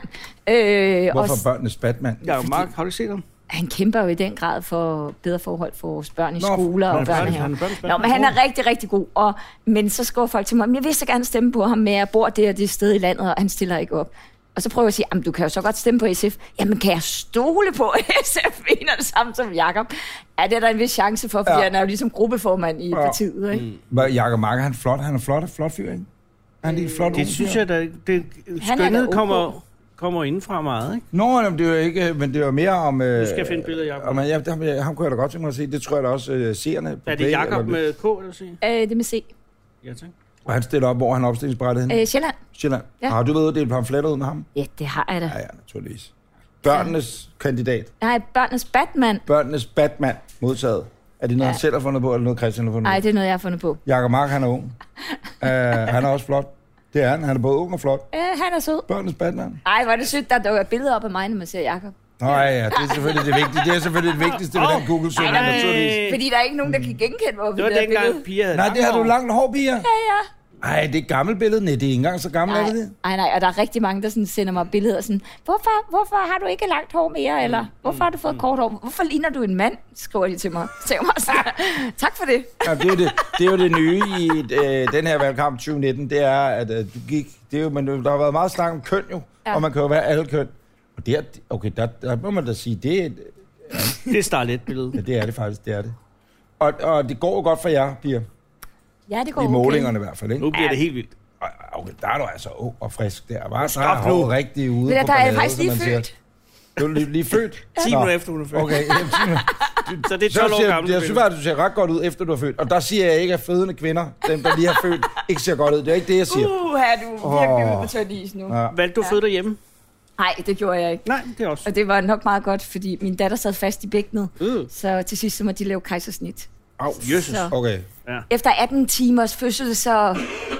Øh, Hvorfor og, børnenes Batman? Jacob Mark, har du set ham? Han kæmper jo i den grad for bedre forhold for vores børn i Nå, skoler og børnehaver. Nå, men han er rigtig, rigtig god. Og, men så skriver folk til mig, jeg vil så gerne stemme på ham, men jeg bor det og det sted i landet, og han stiller ikke op. Og så prøver jeg at sige, jamen du kan jo så godt stemme på S F. Jamen kan jeg stole på S F mener det samme som Jacob? Ja, det er der en vis chance for, fordi ja. han er jo ligesom gruppeformand i ja. partiet. Ikke? Mm. Jacob Mark, han er flot, han er flot, flot fyr, ikke? Han er øh, flot. Det synes jeg, der, det skønnet kommer... kommer indenfra meget, ikke? Nå, jamen, det er jo ikke, men det er jo mere om... Øh, du skal finde billeder, Jacob. Om, ja, ham, ham kunne jeg da godt tænke mig at se. Det tror jeg da også øh, seerne... Er det Jacob med K, eller sige? Øh, det med C. Ja, tak. Og han stiller op, hvor han er opstillingsberettet henne? Øh, Sjælland. Sjælland. Ja. Har du ved at dele pamfletter ud med ham? Ja, det har jeg da. Ja, ja, naturligvis. Børnenes ja. kandidat. Nej, børnenes Batman. Børnenes Batman modtaget. Er det noget, ja. han selv har fundet på, eller noget, Christian har fundet på? Nej, det er noget, jeg har fundet på. Jacob Mark, han er ung. uh, han er også flot. Det er han. Han er både ung og flot. Ja, han er sød. Børnenes Batman. Ej, hvor er det sødt, der dukker billeder op af mig, når man ser Jacob. Nej, ja, det er selvfølgelig det vigtigste. Det er selvfølgelig det vigtigste ved den Google-søgning, naturligvis. Fordi der er ikke nogen, der kan genkende, hvor vi det var dengang Pia havde Nej, det har du langt hår, Pia. Ja, ja. Ej, det er et gammelt billede. Nej, det er ikke engang så gammelt, nej, er det det? Nej, nej, og der er rigtig mange, der sådan sender mig billeder sådan, hvorfor, hvorfor har du ikke langt hår mere, eller hvorfor har du fået kort hår? Hvorfor ligner du en mand, skriver de til mig. Tak for det. Ja, det, er det, det er jo det nye i øh, den her valgkamp tyve nitten, det er, at øh, du gik, det er jo, men der har været meget snak om køn jo, ja. Og man kan jo være alle køn. Og det er, okay, der, der må man da sige, det er... Ja. Det er starlet billede. Ja, det er det faktisk, det er det. Og, og det går jo godt for jer, Pia. Ja, det går i okay. målingerne i hvert fald, ikke? Nu bliver ja. det helt vildt. Okay, der er du altså ung og frisk der. Var så er rigtig ude men på der er jeg faktisk lige født. Du er lige, lige født? ti minutter efter, hun er født. Okay. Så det er tolv år gammelt. Jeg synes bare, at du ser ret godt ud, efter du er født. Og der siger jeg ikke, at fødende kvinder, dem der lige har født, ikke ser godt ud. Det er ikke det, jeg siger. Uh, her du virkelig ude på tynd is nu. Ja. Valgte du at føde derhjemme? Nej, det gjorde jeg ikke. Nej, det er også. Og det var nok meget godt, fordi min datter sad fast i bækkenet. Øh. Så til sidst så må de lave kejsersnit. Au, Jesus. Så okay. Ja. efter atten timers fødsel, så...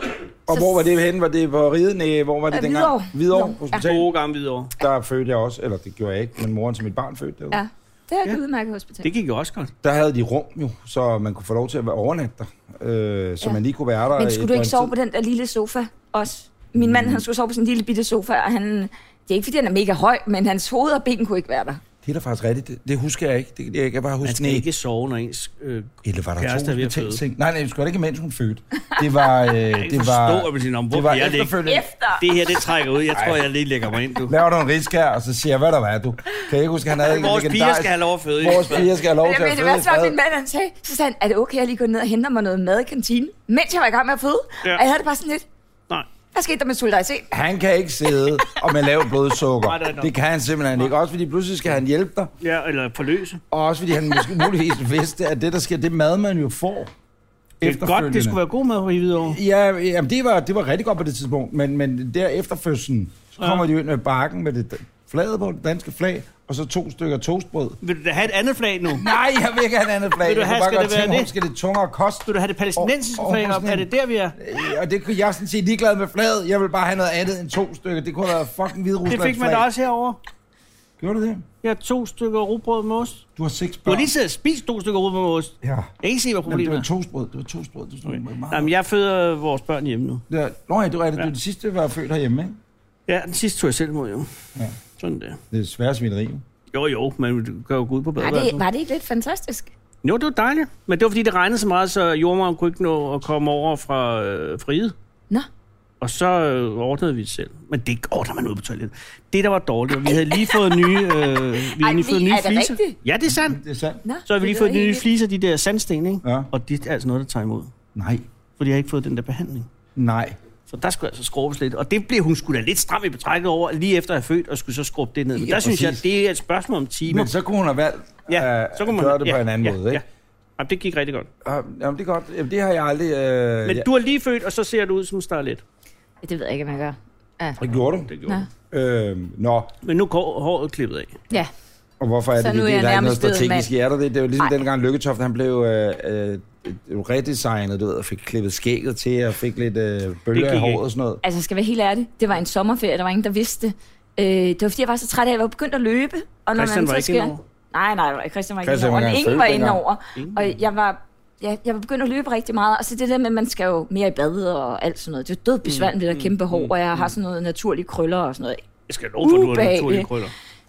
Og hvor var det henne? Var det på Riden? Hvor var det Øh, dengang? Hvidovre. Hvidovre Ja. Hospital. Gode gamle Hvidovre. Der fødte jeg også, eller det gjorde jeg ikke, men moren til mit barn fødte det. Ja, det er et Ja. udmærket hospital. Det gik jo også godt. Der havde de rum jo, så man kunne få lov til at være overnatte der, øh, så Ja. man lige kunne være der. Men et skulle du ikke døgns sove tid. på den der lille sofa også? Min mand, han skulle sove på sådan en lille bitte sofa, og han... Det er ikke, fordi han er mega høj, men hans hoved og ben kunne ikke være der. Det er da faktisk rigtigt. Det, det husker jeg ikke. Det, jeg kan bare huske... Man skal nej. ikke sove, når ens øh, Eller var der kæreste to er ved at føde. hospitalseng? Nej, nej, det skulle da ikke, mens hun fødte. Det var... Øh, Jeg det kan var, forstå, at man det var jeg ligger. efterfølgende. Efter! Det her, det trækker ud. Jeg tror, jeg lige lægger mig ind, du. Laver du en riskær, og så siger jeg, hvad der var, du. Kan jeg ikke huske, han havde Vores en piger skal have lov at føde. Vores piger skal have lov Jeg til ved at det føde. værste, var min mand, han sagde, så sagde han, er det okay, at jeg lige går ned og henter mig noget mad i kantinen, mens jeg var i gang med at føde? Ja. Og jeg havde det bare sådan lidt, Nej. hvad skete der med solidaritet? Han kan ikke sidde og med lavt blodsukker. Nej, det er nok. Det kan han simpelthen ikke. Også fordi pludselig skal han hjælpe dig. Ja, eller forløse. Og også fordi han måske muligvis vidste, at det, der sker, det mad, man jo får. Det er godt, det skulle være god mad i Hvidovre. Ja, jamen, det var, det var rigtig godt på det tidspunkt. Men, men der efter fødslen, så kommer Ja. de ind med bakken med det flaget på, det danske flag, og så to stykker toastbrød. Vil du da have et andet flag nu? Nej, jeg vil ikke have et andet flag. Vil du Jeg have, kunne bare skal godt det være tænke mig, det? skal det tungere koste? Vil du have det palæstinensiske Og- og- flag og op? sådan Er det der, vi er? Øh, Og det kunne jeg sådan set ligeglad med flaget. Jeg vil bare have noget andet end to stykker. Det kunne have været fucking hvide Det Ruslands fik man da flag. også herovre. Gjorde du det? Jeg har to stykker rugbrød med ost. Du har seks Du børn. har lige siddet og spist to stykker rugbrød med ost. Ja. Jeg kan ikke se, hvad Jamen, det problemet var er. toastbrød. Det var toastbrød. Det stod Okay. meget. Jamen, jeg føder vores børn hjemme nu. Ja. Nå ja, det var det. Ja. Du det sidste var født herhjemme, ikke? Ja, den sidste tog jeg selv mod, jo. Ja. Sådan der. Det er svært svineri, jo. Jo, jo, men du kan jo gå ud på Var badeværelset. det, var det ikke lidt fantastisk? Jo, det var dejligt. Men det var, fordi det regnede så meget, så jordmoren kunne ikke nå at komme over fra øh, Friede. Nå. Og så øh, ordnede vi det selv. Men det ordner man ud på toilettet. Det, der var dårligt, var, vi havde lige fået nye, øh, vi havde Ej, lige fået vi- nye er det fliser. rigtigt? Ja, det er sandt. Det er sandt. Nå, Så har vi lige det fået lyder nye helt fliser, de der sandsten, ikke? Ja. Og det er altså noget, der tager imod. Nej. For de har ikke fået den der behandling. Nej. Så der skulle altså skrubbes lidt. Og det blev hun sgu da lidt stram i betrækket over, lige efter at have født, og skulle så skrubbe det ned. Men Ja, der synes jeg, præcis. det er et spørgsmål om timer. Men så kunne hun have valgt Ja, at så kunne man gøre det ja, på en anden ja, måde, ikke? Ja. Jamen, det gik rigtig godt. Ja. Jamen, det er godt. Jamen, det har jeg aldrig... Øh, Men ja. du har lige født, og så ser du ud som starlet. Ja, det ved jeg ikke, hvad man gør. Ja. Det gjorde du? Det gjorde Nå. du. Øh, nå, Men nu går håret klippet af. Ja. og hvorfor er Så det nu det? er jeg Der er ikke noget nærmest blevet strategisk i. Er der det? Det er jo ligesom Ej. dengang Lykketoft, han blev øh, øh, redesignet, du ved, og fik klippet skægget til, og fik lidt øh, bølger gik i håret ikke. og sådan noget. Altså, jeg skal være helt ærlig. Det var en sommerferie, der var ingen, der vidste det. Øh, det var, fordi jeg var så træt af, at jeg var begyndt at løbe. Og når Christian man var så ikke skal... inde over. Nej, nej, nej, Christian var ikke Christian inde over. var Og ikke ingen engang var født inde dengang. over. Ingen. Og jeg var... Ja, jeg var begyndt at løbe rigtig meget, og så det der med, at man skal jo mere i bad og alt sådan noget. Det er død besværligt med det der kæmpe hår, og jeg har sådan noget naturlige krøller og sådan noget. Jeg skal love for, at du har Ubehageligt. naturlige krøller.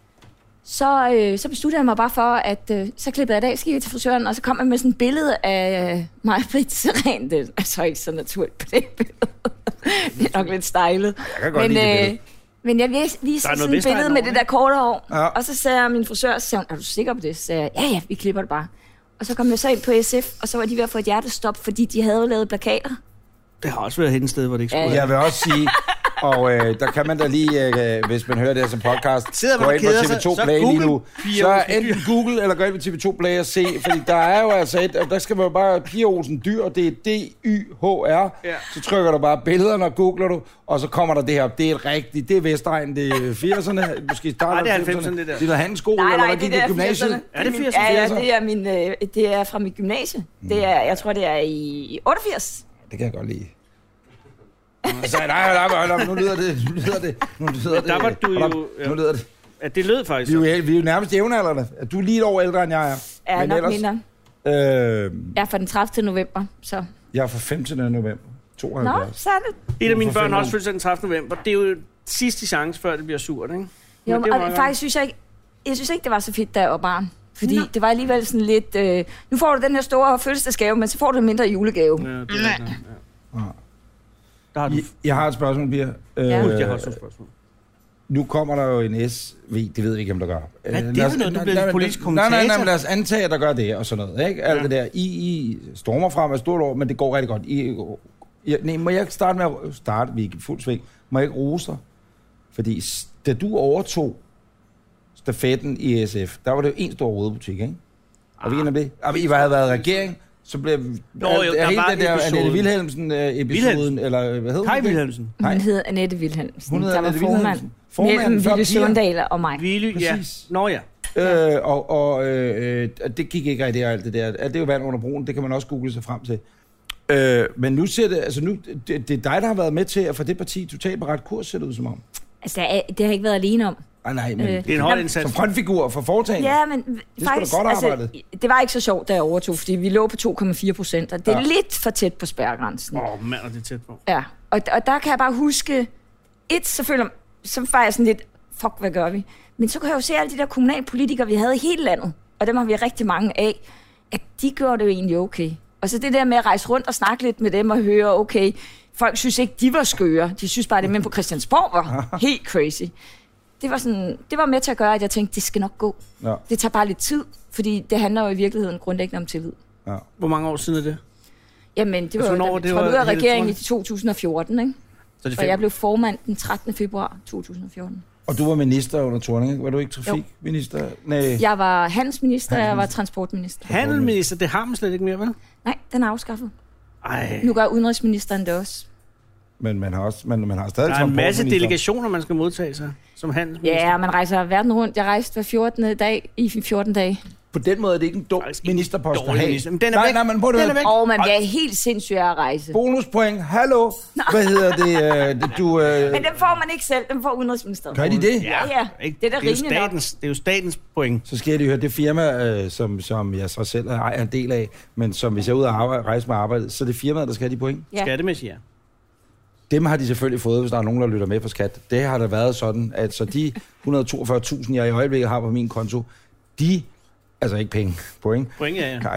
Så, øh, så besluttede jeg mig bare for, at øh, så klippede jeg af dag, så gik jeg til frisøren, og så kom jeg med sådan et billede af øh, mig, Britt Seren. Det er så ikke så naturligt på det billede. Det er nok lidt stylet. Jeg kan godt Men, lide det øh, billede. men jeg viste Der er sådan noget et billede Vestegn med over, det der korte hår. Ja. Og så sagde jeg min frisør, så sagde hun, er du sikker på det? Så sagde jeg, ja ja, vi klipper det bare. Og så kom jeg så ind på S F, og så var de ved at få et hjertestop, fordi de havde jo lavet plakater. Det har også været hen et sted, hvor det ikke skulle Ja, være. Jeg vil også sige, og øh, der kan man da lige, øh, hvis man hører det her som podcast, Sidder man gå og ind på keder T V sig, to så Play lige Google nu. Pia Så Olsen enten Google eller gå ind på T V to Play og se, fordi der er jo altså et, der skal man jo bare, Pia Olsen Dyr, det er D Y H R, Ja. så trykker du bare billederne og googler du, og så kommer der det her, det er et rigtigt, det er Vestegn, det er firserne, måske starter Nej, det er halvfemserne, det der. Det er handelsskole, Nej, eller nej, hvad det gik der du i gymnasiet? firserne. Er det min- firserne? Ja, ja, firserne? det er, min, øh, det er fra mit gymnasie. Det er, jeg tror, det er i otteogfirs. Det kan jeg godt lide. Så nej, nej, nej, nej, nu lyder det, nu lyder det, nu lyder det. der var du jo- Nu lyder det. Ja, det lød faktisk. Vi er, jo, vi er jo nærmest jævnaldrende. Du er lige et år ældre, end jeg er. Er Men nok ellers- mindre. Øh, Jeg er fra den tredivte november, så... jeg er fra femtende november Nå, tooghalvfjerds. så er det. Et af mine Hvorfor børn har også fanden? født sig den tredivte november. Det er jo sidste chance, før det bliver surt, ikke? Jo, Men det er og meget faktisk synes jeg ikke... Jeg synes ikke, det var så fedt, da jeg var barn. Fordi Nå. det var alligevel sådan lidt... Øh, nu får du den her store fødselsdagsgave, men så får du en mindre julegave. godt. Ja, det er rigtigt, ja. Ja. Der har du... Jeg, jeg har et spørgsmål, Pia. Øh, Ja. Uh, jeg har også et spørgsmål. Nu kommer der jo en S V, det ved vi ikke, om der gør. Hvad, Øh, det lad er os- vel noget, du nej, bliver nej, politisk nej, nej, nej, kommentator? men lad os antage, at der gør det, og sådan noget, ikke? Alt Ja. det der. I, I stormer frem af stort år, men det går rigtig godt. I, I, nej, må jeg ikke starte med at starte, vi er i fuld sving, må jeg ikke rose dig? Fordi s- da du overtog stafetten i S F, der var det jo en stor rodebutik, ikke? Og vi kender det. Og I havde været regering, så blev Nå, jo, der hele var den der episoden. Annette Wilhelmsen-episoden, eller hvad hed hun? Kai Wilhelmsen. Hun hed Annette Wilhelmsen. Hun hed der Annette var formand. Wilhelmsen. Formand Mellem før Ville Pia. Søvndal og mig. Willy, ja. Præcis. Nå ja. Øh, og og øh, det gik ikke rigtig alt det der. Alt det er jo vand under broen, det kan man også google sig frem til. Øh, men nu ser det, altså nu, det, det er dig, der har været med til at få det parti totalt på ret kurs, ser det ud som om. Altså, det, er, det har jeg ikke været alene om. Ah, nej, men Øh, Det er en høj indsats. som frontfigur for foretagen. Ja, men da faktisk, godt altså, arbejdet. det var ikke så sjovt, da jeg overtog, fordi vi lå på to komma fire procent, og det er Ja. lidt for tæt på spærregrænsen. Åh, oh, mand, er det tæt på. Ja, og, og der kan jeg bare huske, et, så føler så var jeg sådan lidt, fuck, hvad gør vi? Men så kan jeg jo se alle de der kommunalpolitikere, vi havde i hele landet, og dem har vi rigtig mange af, at de gjorde det jo egentlig okay. Og så det der med at rejse rundt og snakke lidt med dem og høre, okay, folk synes ikke, de var skøre, de synes bare, at det med på Christiansborg var helt crazy. Det var, sådan, det var med til at gøre, at jeg tænkte, det skal nok gå. Ja. Det tager bare lidt tid, fordi det handler jo i virkeligheden grundlæggende om tillid. Ja. Hvor mange år siden er det? Jamen, det var Altså, jo, hvornår da vi det trådte var ud af Helle regeringen i Thorning? to tusind og fjorten, ikke? Så er det Og fem. jeg blev formand den trettende februar to tusind og fjorten. Og du var minister under Thorning, ikke? Var du ikke trafikminister? Nej. Jeg var handelsminister, og jeg var transportminister. Handelsminister, det har man slet ikke mere, vel? Nej, den er afskaffet. Ej. Nu gør udenrigsministeren det også. Men man har, også, man, man har stadig Der er en masse transportminister. delegationer, man skal modtage sig som handelsminister. Ja, man rejser verden rundt. Jeg rejste hver fjortende dag i fjorten dage. På den måde er det ikke en dum Faktisk ikke ministerpost at dårlig have. minister. Men den er nej, væk. nej, men prøv Den at er væk. Og man bliver helt sindssyg af at rejse. Bonuspoint, hallo. Hvad hedder det? øh, Du, øh, Men dem får man ikke selv, dem får udenrigsministeren. gør de det? Ja, ja. Ikke? Det er da det, er jo rimeligt nok. statens, det er jo statens point. Så skal jeg lige høre, det firma, øh, som, som jeg så selv ejer en del af, men som hvis jeg er ude og arbejde, rejse med arbejde, så er det firmaet, der skal have de point. Ja. Skattemæssigt, ja. Dem har de selvfølgelig fået, hvis der er nogen, der lytter med på skat. Det har der været sådan, at så de et hundrede og toogfyrre tusind, jeg i øjeblikket har på min konto, de, altså ikke penge, point. Point, ja, ja. Nej,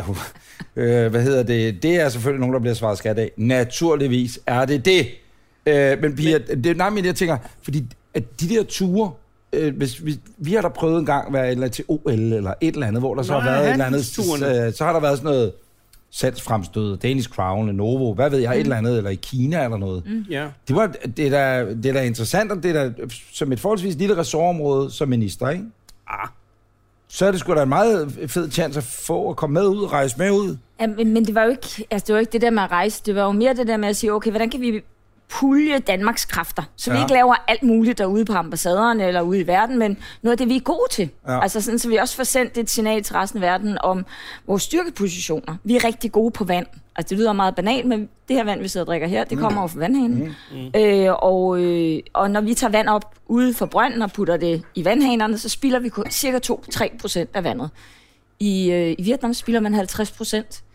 øh, hvad hedder det? Det er selvfølgelig nogen, der bliver svaret skat af. Naturligvis er det det. Øh, men Pia, men, det, nej, men jeg tænker, fordi at de der ture, øh, hvis vi, vi har da prøvet en gang at være et eller andet til O L eller et eller andet, hvor der så Nå, har været et eller andet, handelsturene. øh, så har der været sådan noget salgsfremstød, Danish Crown, Lenovo, hvad ved jeg, mm. et eller andet, eller i Kina eller noget. Mm. Ja. Det, var, det, er da, det er da interessant, og det er da som et forholdsvis lille ressortområde som minister, ikke? Ah. Så er det sgu da en meget fed chance at få at komme med ud, rejse med ud. Ja, men, men det var jo ikke, altså det var ikke det der med at rejse. Det var jo mere det der med at sige, okay, hvordan kan vi pulje Danmarks kræfter, så vi Ja. ikke laver alt muligt derude på ambassaderne eller ude i verden, men noget af det, vi er gode til. Ja. Altså sådan, så vi også får sendt et signal til resten af verden om vores styrkepositioner. Vi er rigtig gode på vand. Altså det lyder meget banalt, men det her vand, vi sidder og drikker her, det kommer over fra vandhanen. Mm. Øh, og, øh, og når vi tager vand op ude fra brønden og putter det i vandhanerne, så spilder vi kun cirka to til tre procent af vandet. I, øh, I Vietnam spilder man halvtreds procent.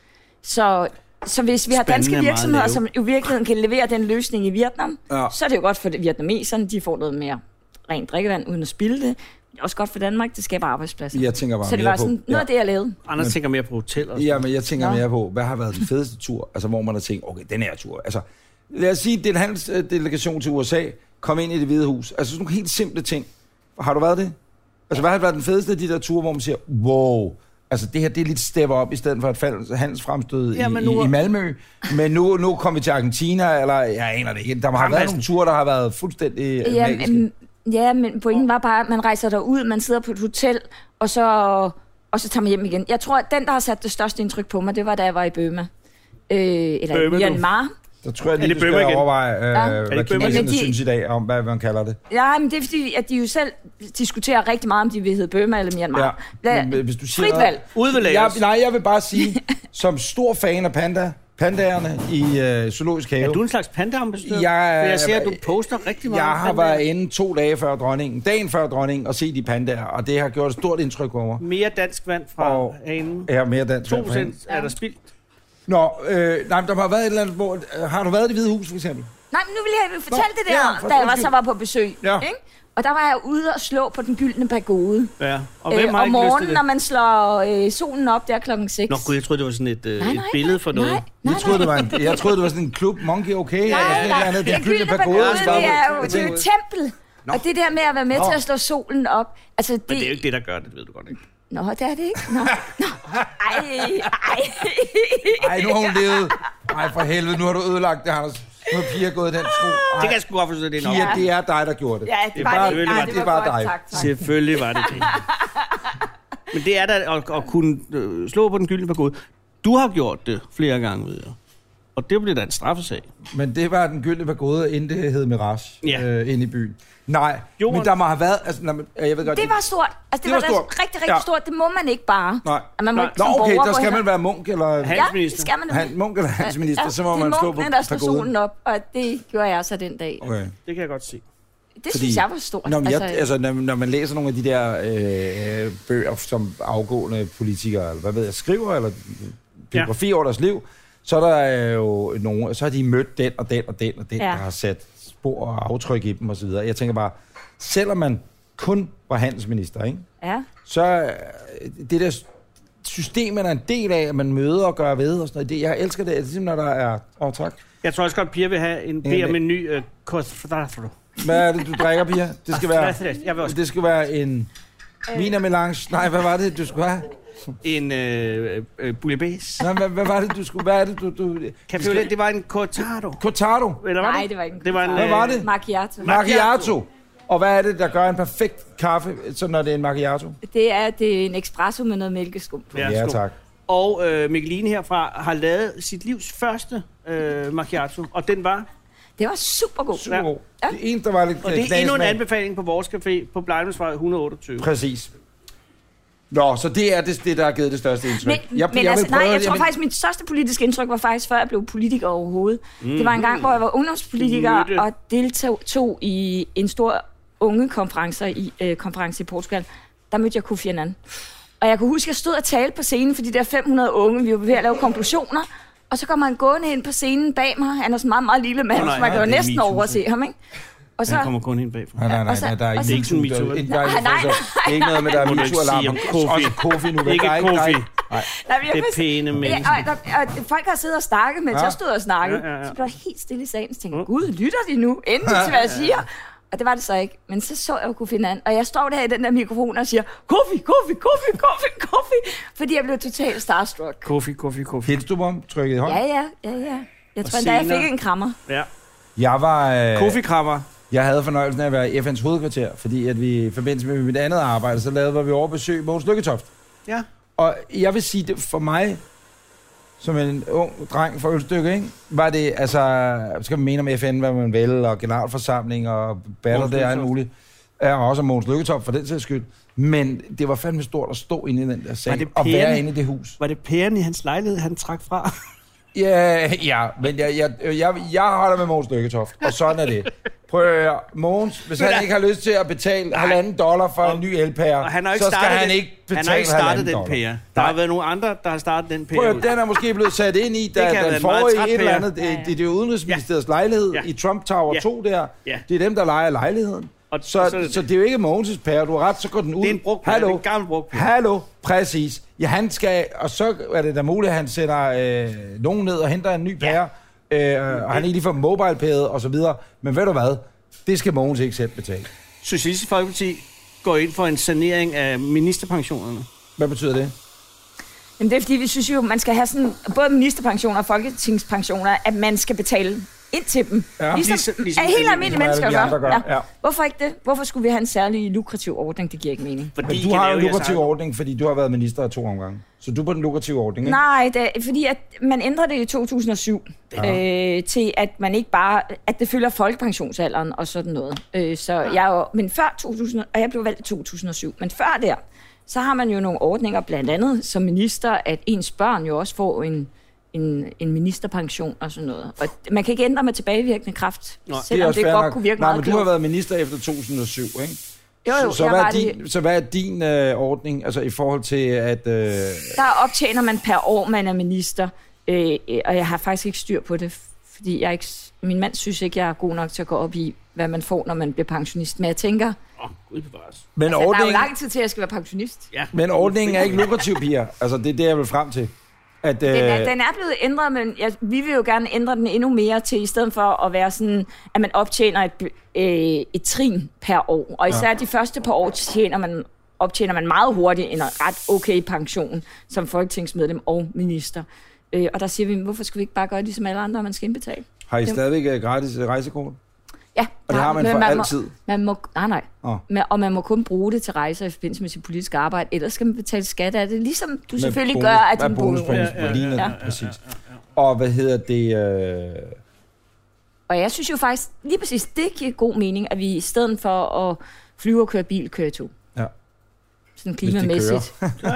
Så Så hvis vi har danske Spændende, virksomheder, meget som i virkeligheden kan levere den løsning i Vietnam, Ja. så er det jo godt for vietnameserne, de får noget mere rent drikkevand uden at spilde det. Det er også godt for Danmark, det skaber arbejdspladser. Jeg tænker bare Så det mere var på... sådan noget af det, jeg lavede. Anders Men- tænker mere på hotel og Ja, men jeg tænker Nå. mere på, hvad har været den fedeste tur? Altså, hvor man har tænkt, okay, den her tur. Altså, lad os sige, det er en handelsdelegation til U S A. Kom ind i Det Hvide Hus. Altså, sådan nogle helt simple ting. Har du været det? Altså, hvad har været den fedeste af de der ture, hvor man siger, wow, altså det her, det er lidt step op, i stedet for et fald- handelsfremstød Ja, i, men nu- i, i Malmø. Men nu, nu kom vi til Argentina, eller jeg aner det ikke. Der har været nogle ture, der har været fuldstændig øh, Ja, magiske. men, ja, men pointen var bare, at man rejser derud, man sidder på et hotel, og så, og så tager man hjem igen. Jeg tror, at den, der har sat det største indtryk på mig, det var, da jeg var i Burma. Øh, eller Burma, i du. Myanmar. Der tror jeg Er lige, det du Burma skal igen? overveje, øh, Ja. hvad det Burma kineserne igen? Men de- synes i dag om, hvad man kalder det. Ja, men det er fordi, at de jo selv diskuterer rigtig meget, om de vil hedde Burma eller Myanmar. Ja, Hvad- men hvis du siger Frit noget- valg. Udvalg Jeg, os. nej, jeg vil bare sige, som stor fan af panda, pandaerne i øh, Zoologisk Have, Er du en slags panda-ambassadør? Jeg- For jeg ser, at du poster rigtig meget. jeg om har pandaer. været inde to dage før dronningen, dagen før dronningen, og set de pandaer, og det har gjort et stort indtryk på mig. Mere dansk vand fra Og- hanen. Jeg har mere dansk. to vand på hende. procent er der spildt. Nå, øh, nej, men der har været et eller andet, hvor... Øh, har du været i Det Hvide Hus, for eksempel? Nej, men nu vil jeg fortælle Nå, det der, ja, for- da jeg var, undskyld. så var på besøg. Ja. Ikke? Og der var jeg ude og slå på den gyldne pagode. Ja. Og hvem Øh, har om ikke lyst til morgenen, det? når man slår øh, solen op, der klokken seks. Nå gud, jeg troede, det var sådan et, øh, Nej, et nej, billede for nej, noget. nej. Jeg troede, det var en, jeg troede, det var sådan en klub, Monkey Okay, eller sådan et eller andet. Den Den gyldne pagode. pagode, det er jo Jeg det er jo tænkte, et tempel. Nå. Og det der med at være med Nå. til at slå solen op. Altså, det... Men det er jo ikke det, der gør det, ved du godt ikke. Nå, det er det ikke. Nå, Nå. Ej, ej. Ej, nu har hun levet. Ej, for helvede, nu har du ødelagt det, Anders. Nu er Pia gået den tro. Det kan jeg sgu godt forstå, det er nok. Pia, det er dig, der gjorde det. Ja, det, det var bare, det. Nej, det, det var dig. Tak, tak. Selvfølgelig var det det. Men det er da at, at kunne øh, slå på den gyldne pagode. Du har gjort det flere gange, ved jeg. Og det blev da en straffesag. Men det var den gyldne pagode, inden det hed Mirage, Ja. øh, inde i byen. Nej, Jorden. men der må have været... Altså, når, jeg ved godt, Det var stort. Altså, det, Det var, var stort. rigtig, rigtig Ja. stort. Det må man ikke bare. Nej. At man må Nej. ikke Nå, som okay, borger der gå skal hen man og- være munk, eller... Han- Ja, Handelsminister. det skal man. Han, munk eller handelsminister, ja, så må man slå på Det er munken, der står pagoden. solen op, og det gjorde jeg så den dag. Okay. Det kan jeg godt se. Det Fordi- synes jeg var stort. Nå, men jeg, altså, altså, når, når man læser nogle af de der øh, bøger, som afgående politikere, eller hvad ved jeg, skriver, eller biografi over deres liv, så er der jo nogle, så har de mødt den og den og den og den, Ja. der har sat spor og aftryk i dem osv. Jeg tænker bare, selvom man kun var handelsminister, ikke? ja. Så øh, det der system, man er en del af, at man møder og gør ved og sådan noget, det, jeg elsker det, det er ligesom, når der er... Åh, oh, tak. Jeg tror også godt, Pia vil have en beder med en ny uh, cortado. Hvad er det, du drikker, Pia? Det skal være, Jeg vil også det skal være en Mina Melange. Nej, hvad var det, du skulle have? en øh, øh, bouillabaisse. Nej, hvad, hvad var det, du skulle... Hvad er det, du... du Café Olé, det var en cortado. Cortado. Eller var Nej, det? det var ikke en Det var en, cortado. Hvad var det? Macchiato. Macchiato. Og hvad er det, der gør en perfekt kaffe, så når det er en macchiato? Det er, det er en espresso med noget mælkeskum på. Ja, Ja, skål. tak. Og øh, Mikkeline herfra har lavet sit livs første øh, macchiato, og den var... Det var super god. Super god. Ja. Det eneste, der var lidt Og det er endnu en knasmag. anbefaling på vores café på Blejdomsvej et hundrede og otteogtyve. Præcis. Nå, så det er det, det der har givet det største indtryk. Men, jeg, men jeg altså, vil nej, prøve- jeg tror vil- faktisk, mit største politiske indtryk var faktisk, før jeg blev politiker overhovedet. Mm. Det var en gang, hvor jeg var ungdomspolitiker Mødte. og deltog tog i en stor ungekonference i, øh, konference i Portugal. Der mødte jeg Kofi Annan. Og jeg kunne huske, at jeg stod og talte på scenen for de der fem hundrede unge. Vi var ved at lave konklusioner. Og så kommer han gående ind på scenen bag mig. Han er sådan en meget, meget lille mand, Åh, nej, så man kan ja, jo det er næsten MeToo, overse ham, ikke? Og så, Han kommer kun ind bagfra. Nej, nej, nej, Og så- nej, der er og ikke så- Ikke sådan MeToo. MeToo, Ikke vel? engang Nej, nej, så- Det er ikke noget med, der er Må du ikke MeToo-alarm. sige om Kofi. Også Kofi nu. Ikke Der er ikke- der er Kofi. ikke- Nej. nej, men jeg Det er vil sige- pæne Ja, mennesker. og, der, og folk har siddet og snakket, mens Ja. ja. jeg stod og snakkede. Ja, ja, ja. Så blev jeg helt stille i salen, så tænkte jeg, Mm. gud, lytter de nu endelig til, hvad jeg siger? Og det var det så ikke. Men så så jeg jo Kofi Annan, og jeg står der i den der mikrofon og siger, Kofi, Kofi, Kofi, Kofi, Kofi, fordi jeg blev totalt starstruck. Kofi, Kofi, Kofi. Hilste du på ham? Trykket i hånd? Ja, ja, ja, ja. Jeg Og tror endda, jeg senere- fik en krammer. Ja. Jeg var... Øh, Kofi-krammer. Jeg havde fornøjelsen af at være i F N's hovedkvarter, fordi at vi i forbindelse med mit andet arbejde, så lavede vi overbesøg Mogens Lykketoft. Ja. Og jeg vil sige, det for mig, som en ung dreng fra Ølstykke, ikke, var det, altså, skal man mene om F N, hvad man vil, og generalforsamling, og batter Mogens det og alt Lykketoft. muligt. Ja, og også Mogens Lykketoft, for den sags skyld. Men det var fandme stort at stå inde i den der Var sal, det og pæne? være inde i det hus. Var det pæren i hans lejlighed, han trak fra? Ja, ja, men jeg, jeg, jeg, jeg holder med Mogens Lykketoft, og sådan er det. Prøv at høre, Mogens, hvis han ikke har lyst til at betale halvanden dollar for en ny elpære, Og han har ikke så skal startet han ikke ikke betale Han har ikke startet halvanden den dollar. pære. Der har været nogle andre, der har startet den pære. Prøv at, ud. høre, den er måske blevet sat ind i, da Det kan have den været en meget forrige træt et eller pære. andet, det, Ja, ja. det, det er Udenrigsministeriets lejlighed Ja. i Trump Tower Ja. to der. Ja. Det er dem, der lejer lejligheden. Og Så, så så, er det, det- så det er jo ikke Mogens' pære, du har ret, så går den ud. Det er en brugt pære, det er Hallo, en gammel brugt pære. hallo, præcis. Ja, han skal, og så er det da muligt, at han sætter øh, nogen ned og henter en ny pære, øh, og han ikke lige får mobile-pæret og så videre. Men ved du hvad? Det skal Mogens ikke selv betale. Socialistisk Folkeparti går ind for en sanering af ministerpensionerne. Hvad betyder det? Men det er fordi, vi synes jo, man skal have sådan, både ministerpensioner og folketingspensioner, at man skal betale ind til dem. Ja. Ligesom, Ligesom- ligesom ligesom helt almindelige ligesom mennesker alle de gør. andre gør, ja. Hvorfor ikke det? Hvorfor skulle vi have en særlig lukrativ ordning? Det giver ikke mening. Fordi Men I du kan har jo lave en jeres lukrativ egen- ordning, fordi du har været minister af to omgange. Så du er på den lukrative ordning, ikke? Nej, det er, fordi at man ændrede det i to tusind og syv øh, til, at man ikke bare, at det følger folkepensionsalderen og sådan noget. Øh, så jeg er jo, men før to tusind, og jeg blev valgt i to tusind og syv, men før der, så har man jo nogle ordninger, blandt andet som minister, at ens børn jo også får en, en, en ministerpension og sådan noget. Og man kan ikke ændre med tilbagevirkende kraft, Nej, selvom det, fair godt nok. kunne virke Nej, meget men du har klogt. været minister efter to tusind og syv, ikke? Jo, jo, så, så, jeg hvad var er din, så hvad er din øh, ordning, altså i forhold til at... Øh, Der optjener man per år, man er minister, øh, øh, og jeg har faktisk ikke styr på det, fordi jeg ikke, min mand synes ikke, jeg er god nok til at gå op i, hvad man får, når man bliver pensionist. Men jeg tænker, Åh, oh, gud bevares. men, altså, der er jo ordningen, lang tid til, at jeg skal være pensionist. Ja. men ordningen er ikke lukrativ, piger. Altså, det er det, jeg vil frem til. At, øh, Den er, den er blevet ændret, men jeg, vi vil jo gerne ændre den endnu mere til, i stedet for at være sådan, at man optjener et, øh, et trin per år. Og især ja. de første par år tjener man, optjener man meget hurtigt en ret okay pension som folketingsmedlem og minister. Øh, og der siger vi, hvorfor skal vi ikke bare gøre det, som alle andre, man skal indbetale? Har I stadigvæk gratis rejsekort? Ja. Og det har man for man altid? Må, man må, nej, nej. Oh. Man, og man må kun bruge det til rejser i forbindelse med sit politiske arbejde, ellers skal man betale skat af det, ligesom du med selvfølgelig bonus, gør af din bonus. Ja, ja, ja, ja, ja, præcis. Ja, ja, ja. Og hvad hedder det... Øh... Og jeg synes jo faktisk, lige præcis, det giver god mening, at vi i stedet for at flyve og køre bil, kører tog. Ja. Sådan klimamæssigt.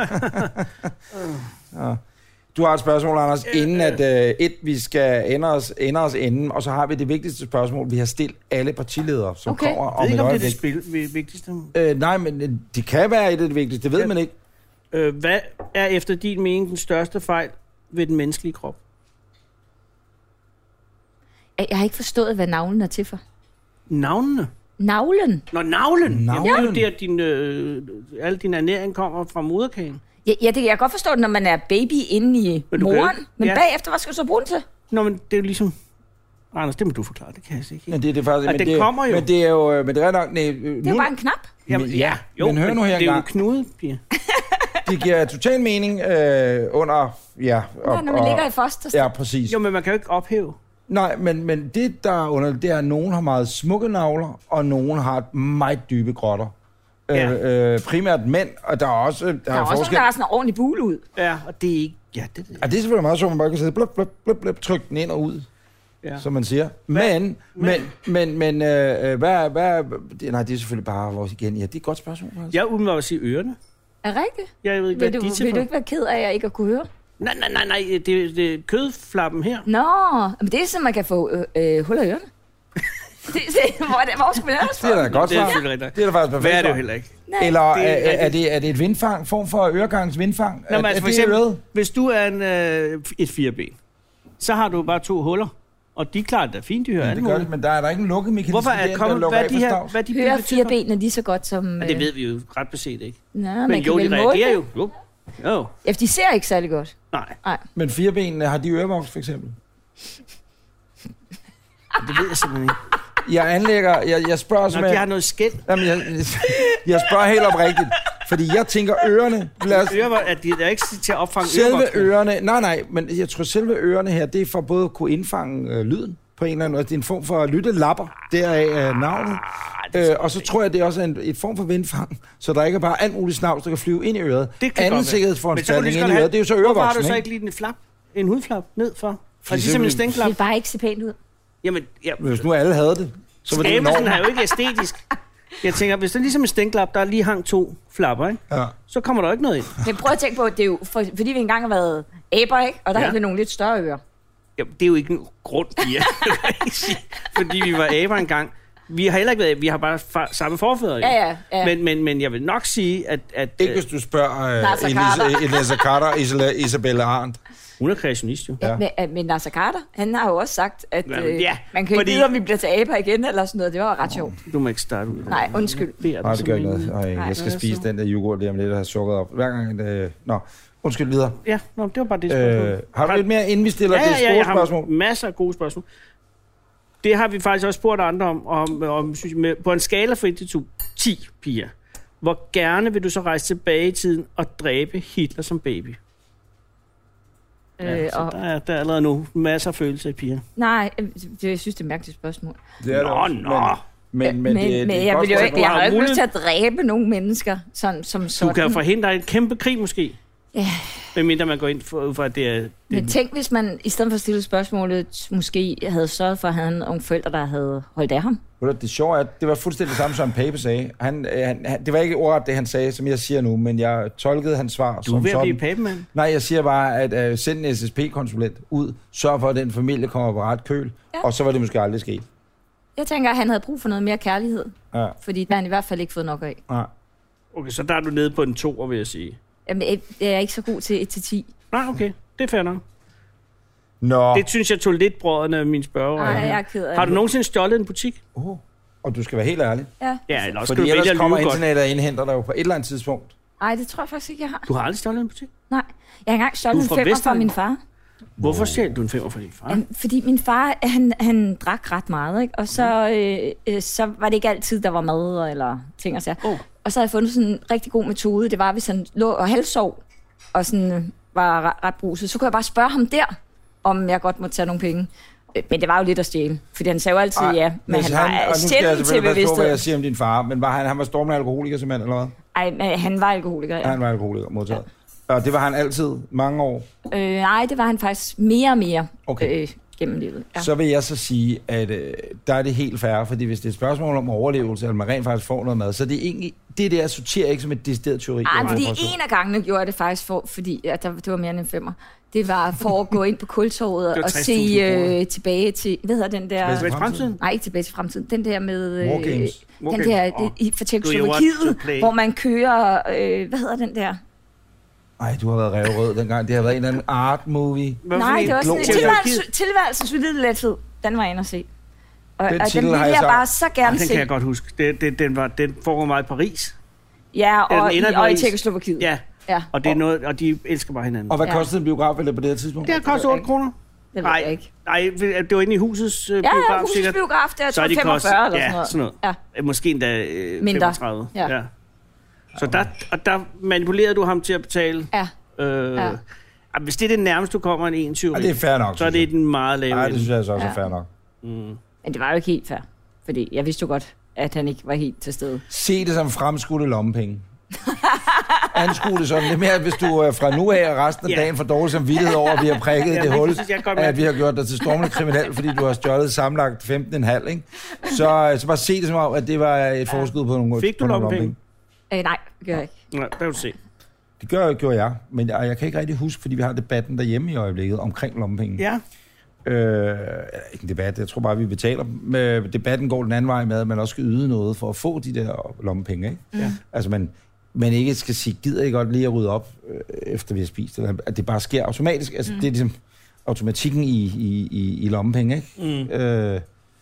Ja. Du har et spørgsmål, Anders, inden at uh, et, vi skal ende os, ende os inden, og så har vi det vigtigste spørgsmål, vi har stillet alle partiledere, som okay. kommer om et øjeblik. Jeg ved ikke, om det er det spil, vigtigste? Øh, nej, men det kan være et af det vigtigste, det ved ja. man ikke. Øh, hvad er efter din mening den største fejl ved den menneskelige krop? Jeg har ikke forstået, hvad navlen er til for. Navnene? Navlen? Nå, navlen. Navlen. Ja, det er der, din, øh, al din ernæring kommer fra moderkagen. Ja, ja det, jeg kan godt forstå det, når man er baby inde i men moren. Kan, men ja. bagefter, hvad skal du så bruge den til? Nå, men det er jo ligesom... Anders, det må du forklare, det kan jeg ikke. Men det, det er faktisk... Men men det kommer jo. Men det er jo... Men det er nok... Nej, nu, det er jo bare en knap. Jamen, ja, jo, men hør nu her det er jo knude, Pia. Det giver total mening øh, under... Ja, og, ja, når man og, ligger i foster. Ja, præcis. Jo, men man kan jo ikke ophæve. Nej, men, men det, der er under det er, at nogen har meget smukke navler, og nogen har meget dybe grotter. Ja. Øh, øh, primært mænd, og der er også... Der, der er, er også forskel... nogen, der har sådan en ordentlig bule ud. Ja, og det er ikke... Ja, det, det. Ja, det er selvfølgelig meget sjovt, man bare kan sidde blub, blub, blub, blub, trykke den ind og ud, ja. som man siger. Men, men, men, men, øh, hvad, hvad... Nej, det er selvfølgelig bare vores igen. Ja, det er et godt spørgsmål. Altså. Jeg uden at sige ørerne. Er rigtigt? Jeg ved ikke, vil hvad du, de vil du ikke være ked af, at jeg ikke har kunne høre? Nej, nej, nej, nej. Det, det er kødflappen her. Nå, men det er sådan, man kan få øh, øh, hul af ørerne. det, det, hvor, er det, hvor skal man ellers få? Det er da godt svar. Det er, det er da faktisk perfekt. Hvad er det jo heller ikke? Nej. Eller det er, er, er, det, er det et vindfang? Form for øregangsvindfang? Nå, er, altså, er for det eksempel, øret? hvis du er en, øh, et fireben, så har du bare to huller. Og de er klart, der er fint, de hører ja, det gør det, men der er der ikke en lukkemekanisme. Hvorfor er kommet, hvad er de her, hvad de hører fire ben lige så godt som... Øh... Det ved vi jo ret beset ikke. Nå, men man jo, kan de reagerer jo. jo. Jo. Ja, de ser ikke særlig godt. Nej. Nej. Men firebenene, har de ørevoks for eksempel? Det ved jeg simpelthen ikke. Jeg anlægger, jeg, jeg spørger som... Nå, de har noget skæld. Jamen, jeg, jeg spørger helt oprigtigt. Fordi jeg tænker, ørerne... Lad os, Øre, at de er ikke til at opfange selve ørevoksene. ørerne... Nej, nej, men jeg tror, selve ørerne her, det er for både at kunne indfange øh, lyden på en eller anden måde. Det er en form for lyttelapper, deraf øh, navnet. Ah, øh, og så tror jeg, det er også en et form for vindfang, så der ikke er bare alt muligt snavs, der kan flyve ind i øret. Det kan anden sikkerhedsforanstaltning ind i øret, det er jo så ørevoksen, ørevoksen, Hvorfor har du så ikke? ikke lige en flap? En hudflap ned for? Fordi det er simpelthen en stænklap. Det vil bare ikke se pænt ud. Jamen, ja. Hvis nu alle havde det, så var det enormt. Skabelsen er jo ikke æstetisk. Jeg tænker, hvis det er ligesom en stænklap, der lige hang to flapper, ikke? Ja. Så kommer der ikke noget ind. Men prøv at tænke på, at det er jo, for, fordi vi engang har været aber, ikke? Og der ja. havde vi nogle lidt større ører. Ja, det er jo ikke en grund, ja. Fordi vi var aber engang. Vi har heller ikke været, vi har bare fa- samme forfædre. Ja, ja, ja. Men, men, men jeg vil nok sige, at... at ikke hvis du spørger uh, Elisa Carter, Isla, Isabella Arndt. Hun er kreationist jo. Ja, ja. Men, men Nasser Carter, han har jo også sagt, at ja, øh, ja, man kan fordi... ikke vide, om vi bliver til aber igen, eller sådan noget. Det var ret sjovt. Du må ikke starte ud. Nej, undskyld. Det Nej, det gør ikke noget. Øj, jeg Nej, skal spise så... den der yoghurt lige om lidt, og have sukkeret op. Hver gang det... Nå, undskyld videre. Ja, nå, det var bare det spørgsmål. Øh, har du lidt mere, inden vi stiller ja, det ja, store ja, jeg spørgsmål? Har masser af gode spørgsmål. Det har vi faktisk også spurgt andre om, om, om synes jeg, med, på en skala fra et til ti, Pia. Hvor gerne vil du så rejse tilbage i tiden og dræbe Hitler som baby? Ja, øh, og... der, er, der er allerede nu masser af følelser i Pia. Nej, det, jeg synes, det er et mærkeligt spørgsmål. Det er nå, også, nå. Men, men, men, men, det, men det jeg, vil jo, jeg, jeg har jo ikke lyst til at dræbe nogle mennesker sådan, som sådan. Du kan jo forhindre en kæmpe krig måske. Ja. Medmindre man går ind for, for at det er... Det... Men tænk, hvis man i stedet for at stille spørgsmålet, måske havde sørget for, at han havde nogle forældre, der havde holdt af ham. Det sjove er, at det var fuldstændig det samme, som Pape sagde. Han, han, han, det var ikke ordret det, han sagde, som jeg siger nu, men jeg tolkede hans svar du som er ved sådan. at blive Pape-mand? Nej, jeg siger bare, at uh, send en S S P-konsulent ud, sørg for, at den familie kommer på ret køl, ja. Og så var det måske aldrig sket. Jeg tænker, at han havde brug for noget mere kærlighed, ja. Fordi det har han i hvert fald ikke fået nok af. Ja. Okay, så der er du nede på en toer, vil jeg sige. Jamen, jeg er ikke så god til et til ti. Nej, okay. Det er fair nok. Nå. Det synes jeg tog lidt brødrene af mine spørger. Nej, jeg er ked af Har du nogensinde stjålet en butik? Oh. Og du skal være helt ærlig. Ja. Ja, eller også fordi skal du ellers kommer godt. internettet og indhenter dig jo på et eller andet tidspunkt. Nej, det tror jeg faktisk ikke, jeg har. Du har aldrig stjålet en butik? Nej. Jeg har engang stjålet en femmer fra min far. Hvorfor stjal du en femmer fra din far? Um, fordi min far, han, han drak ret meget, ikke? Og så, øh, øh, så var det ikke altid, der var mad eller ting og sager. Oh. Og så havde jeg fundet sådan en rigtig god metode. Det var, hvis han lå og halvsov, og sådan var ret, ret bruset, så kunne jeg bare spørge ham der, om jeg godt måtte tage nogle penge. Men det var jo lidt at stjæle, fordi han sagde jo altid Ej, ja, men han, han var sjældent til bevidsthed. Hvad jeg siger om din far, men var han, han var stormende alkoholiker simpelthen, eller hvad? Ej, men han var alkoholiker, ja. ja han var alkoholiker, modtaget. Ja. Og det var han altid, mange år? Øh, nej, det var han faktisk mere og mere okay. øh, gennem livet. Ja. Så vil jeg så sige, at øh, der er det helt fair, fordi hvis det er et spørgsmål om overlevelse, eller man rent faktisk får noget mad, så det er egentlig, det der sorterer ikke som et decideret teori. Nej, fordi en af gangene gjorde jeg det faktisk for, fordi ja, der, det var mere end en femmer. Det var for at gå ind på Kultorvet og se øh, tilbage til, hvad hedder den der... Tilbage til fremtiden? Nej, ikke tilbage til fremtiden. Den der med... Øh, War Games. Den der oh. i for Tjekkoslovakiet, hvor man kører... Øh, hvad hedder den der? Nej, du har været revrød dengang. Det har været en eller anden art movie. Nej, det var sådan en tilværelses, tilværelsens lethed. Den var jeg inde at se. Og den, og den ville jeg, jeg bare så gerne se. Den kan jeg godt huske. Det, det, den, var, den foregår meget i Paris. Ja, og, i, og i Tjekkoslovakiet. Ja. Ja. Og, det er noget, og de elsker bare hinanden. Og hvad ja. kostede en biografbillet på det her tidspunkt? Det har kostet otte kroner. Det ved jeg ikke. Nej, det var inde i husets uh, ja, biograf. Ja, husets sikkert. biograf, det er så de femogfyrre eller sådan noget. Ja, sådan noget. Ja. Måske endda uh, femogtredive. Ja. Ja. Så der, og der manipulerede du ham til at betale. Ja. Øh, ja. Hvis det er det nærmeste, du kommer en enogtyve, ja, det er fair nok, så er det den meget lave. Nej, det synes jeg også ja. er fair nok. Mm. Men det var jo ikke helt fair. Fordi jeg vidste jo godt, at han ikke var helt til stede. Se det som fremskudte lommepenge. Anskue det sådan. Det er mere, hvis du er fra nu af og resten af yeah. dagen for dårlig samvittighed over, at vi har prikket ja, det hul, at vi har gjort dig til stormende kriminel, fordi du har stjålet sammenlagt femten komma fem, ikke? Så, så bare se det som om, at det var et forskud på nogle Fik du lommepenge? Øh, nej, det gør jeg ikke. Nej, det vil du se. Det gør, gjorde jeg, men jeg, jeg kan ikke rigtig huske, fordi vi har debatten derhjemme i øjeblikket omkring lommepenge. Ja. Øh, ikke en debat, jeg tror bare, vi betaler. Med, debatten går den anden vej med, at man også skal yde noget for at få de der lommepenge, ikke? Ja. Altså, man, man ikke skal sige, gider I godt lige at rydde op, øh, efter vi har spist, eller at det bare sker automatisk. Altså, mm. det er ligesom automatikken i, i, i, i lommepenge, ikke? Mm. Øh,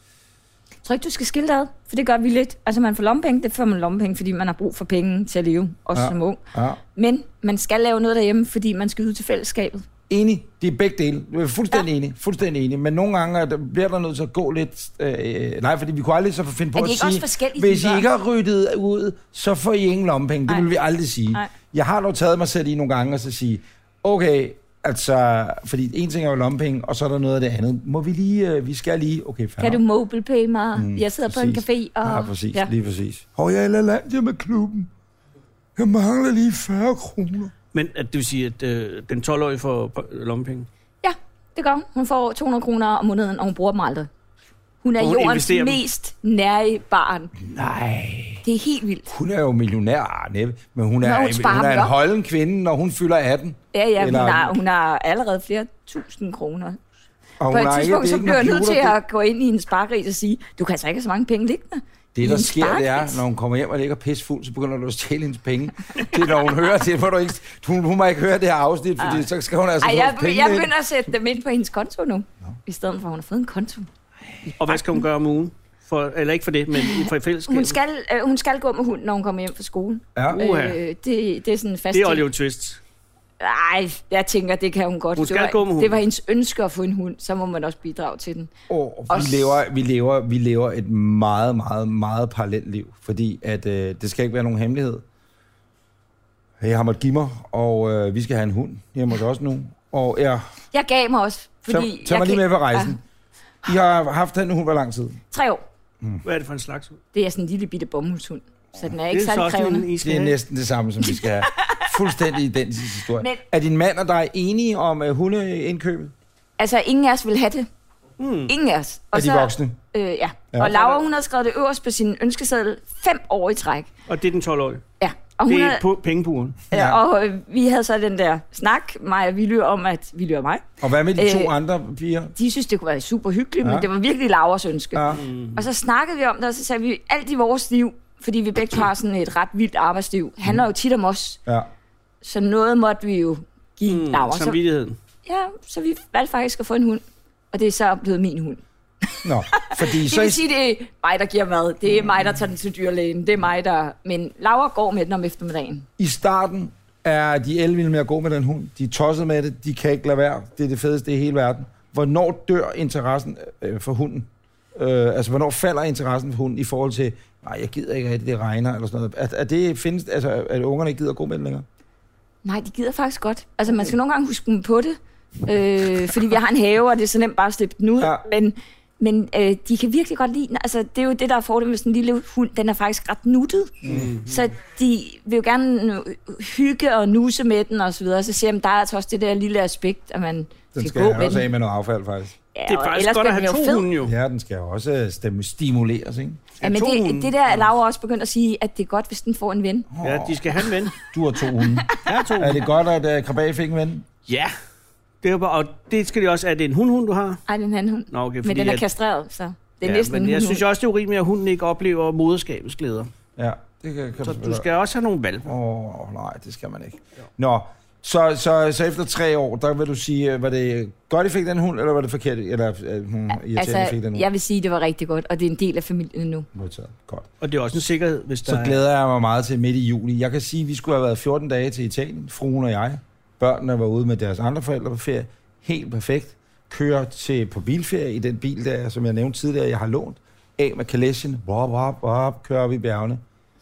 Jeg tror ikke, du skal skille dig ad, for det gør vi lidt. Altså, man får lommepenge, det får man lommepenge, fordi man har brug for penge til at leve, også ja. som ung. Ja. Men man skal lave noget derhjemme, fordi man skal ud til fællesskabet. Enig. Det er begge dele. Du er fuldstændig ja. enig. Fuldstændig enig. Men nogle gange der bliver der nødt til at gå lidt... Øh, nej, fordi vi kunne aldrig så finde på at sige... Hvis I ikke har ryddet ud, så får I ingen lommepenge. Det vil vi aldrig sige. Nej. Jeg har dog taget mig selv i nogle gange og så sige... Okay, altså... Fordi en ting er jo lommepenge, og så er der noget af det andet. Må vi lige... Øh, vi skal lige... Okay, kan du MobilePay mig? Mm, jeg sidder præcis. på en café og... Ja, præcis. Ja. Lige præcis. Og jeg er i land med klubben. Jeg mangler lige fyrre kroner. Men at det vil sige, at øh, den tolv-årige får lommepenge? Ja, det gør hun. Hun får to hundrede kroner om måneden, og hun bruger dem aldrig. Hun er hun jordens mest nære barn. Nej. Det er helt vildt. Hun er jo millionær, næppe. Men hun er, hun hun er en holden kvinde, når hun fylder atten. Ja, ja, hun har, hun har allerede flere tusind kroner. Og på et tidspunkt, ikke, så bliver jeg nødt til at gå ind i hendes sparkris og sige, du kan altså ikke have så mange penge liggende. Det, der sker, det er, når hun kommer hjem og ligger pissfuld, så begynder du at stjæle hendes penge. Det er, når hun hører det, for du ikke, hun, hun må ikke høre det her afsnit, fordi så skal hun altså Ej, få jeg, penge. Jeg begynder at sætte dem ind på hendes konto nu, no. i stedet for, at hun har fået en konto. Og hvad skal hun gøre om ugen? For, eller ikke for det, men for i fællesskab? Hun skal, øh, hun skal gå med hunden, når hun kommer hjem fra skole. Ja. Øh, det, det er sådan en fast Det er Oliver Twist. Nej, jeg tænker, det kan hun godt. Hun skal det, var, gå med hunden. Det var hendes ønske at få en hund, så må man også bidrage til den. Oh, vi, lever, vi, lever, vi lever et meget, meget, meget parallelt liv, fordi at, øh, det skal ikke være nogen hemmelighed. Jeg har måttet give mig, og øh, vi skal have en hund hjemme hos os nu. Og jeg, jeg gav mig også, fordi... Så, tag mig lige med på rejsen. Ja. I har haft den hund hvor lang tid? Tre år. Hmm. Hvad er det for en slags hund? Det er sådan en lille bitte bomhundshund, så den er ikke særlig krævende. Det er næsten det samme, som vi skal have. Fuldstændig identisk historie. Men, er din mand og dig enige om uh, hundeindkøbet? Altså, ingen af os vil have det. Hmm. Ingen af os. Og er de så, voksne? Øh, ja. ja. Og Laura, hun har skrevet det øverst på sin ønskeseddel fem år i træk. Og det er den tolv-årige? Ja. Og det hun er på pengepuren? Ja, og øh, vi havde så den der snak, mig og Villy, om, at Villy og mig. Og hvad med de to øh, andre piger? De synes, det kunne være super hyggeligt, ja. men det var virkelig Lauras ønske. Ja. Mm. Og så snakkede vi om det, og så sagde vi, alt i vores liv, fordi vi begge har sådan et ret vildt arbejdsliv, handler jo tit om os. Ja. Så noget måtte vi jo give mm, Laura. Samvittigheden. Ja, så vi valgte faktisk at få en hund. Og det er så blevet min hund. Nå, fordi det så... vil sige, det er mig, der giver mad. Det er mig, der tager den til dyrlægen. Det er mig, der... Men Laura går med den om eftermiddagen. I starten er de elvilde med at gå med den hund. De er tosset med det. De kan ikke lade være. Det er det fedeste i hele verden. Hvornår dør interessen øh, for hunden? Øh, altså, hvornår falder interessen for hunden i forhold til, nej, jeg gider ikke rigtig, det regner, eller sådan noget. Er, er det findes, altså, at ungerne ikke gider at gå med den længere? Nej, de gider faktisk godt. Altså, man skal nogle gange huske dem på det. Øh, fordi vi har en have, og det er så nemt bare at slippe den ud. Ja. Men, men øh, de kan virkelig godt lide den. Altså, det er jo det, der er fordelen med sådan en lille hund. Den er faktisk ret nuttet. Mm-hmm. Så de vil jo gerne hygge og nusse med den og så videre. Så siger de, der er altså også det der lille aspekt, at man den skal, skal gå med også den. af med noget affald, faktisk. Ja, det er faktisk godt at have to hunde jo. Ja, den skal også stemme, stimuleres, ikke? Ja, men det, det der er Laura også begyndt at sige, at det er godt, hvis den får en ven. Ja, de skal have en ven. Du har to hunde. Jeg har to hunde. Er det godt, at uh, Krabat fik en ven? Ja. Det er bare, og det skal de også... Er det en hundhund, du har? Nej, det er en anden hund. Nå, okay, men den er kastreret, så det er ja, næsten men en jeg hund. synes også, det er urimeligt, at hunden ikke oplever moderskabets glæder. Ja, det kan, kan så du skal også have nogle valg. Åh, oh, nej, det skal man ikke. Jo. Nå, så, så, så efter tre år, der vil du sige, var det godt, I fik den hund, eller var det forkert, eller hun ja, altså, fik den hund? Jeg vil sige, det var rigtig godt, og det er en del af familien nu. Modtaget. Godt. Og det er også en sikkerhed, hvis der Så glæder jeg mig meget til midt i juli. Jeg kan sige, at vi skulle have været fjorten dage til Italien, fruen og jeg. Børnene var ude med deres andre forældre på ferie. Helt perfekt. Kører til på bilferie i den bil der, som jeg nævnte tidligere, jeg har lånt. Af med kalesjen. Wop, wop, wop, kører vi i bjergene.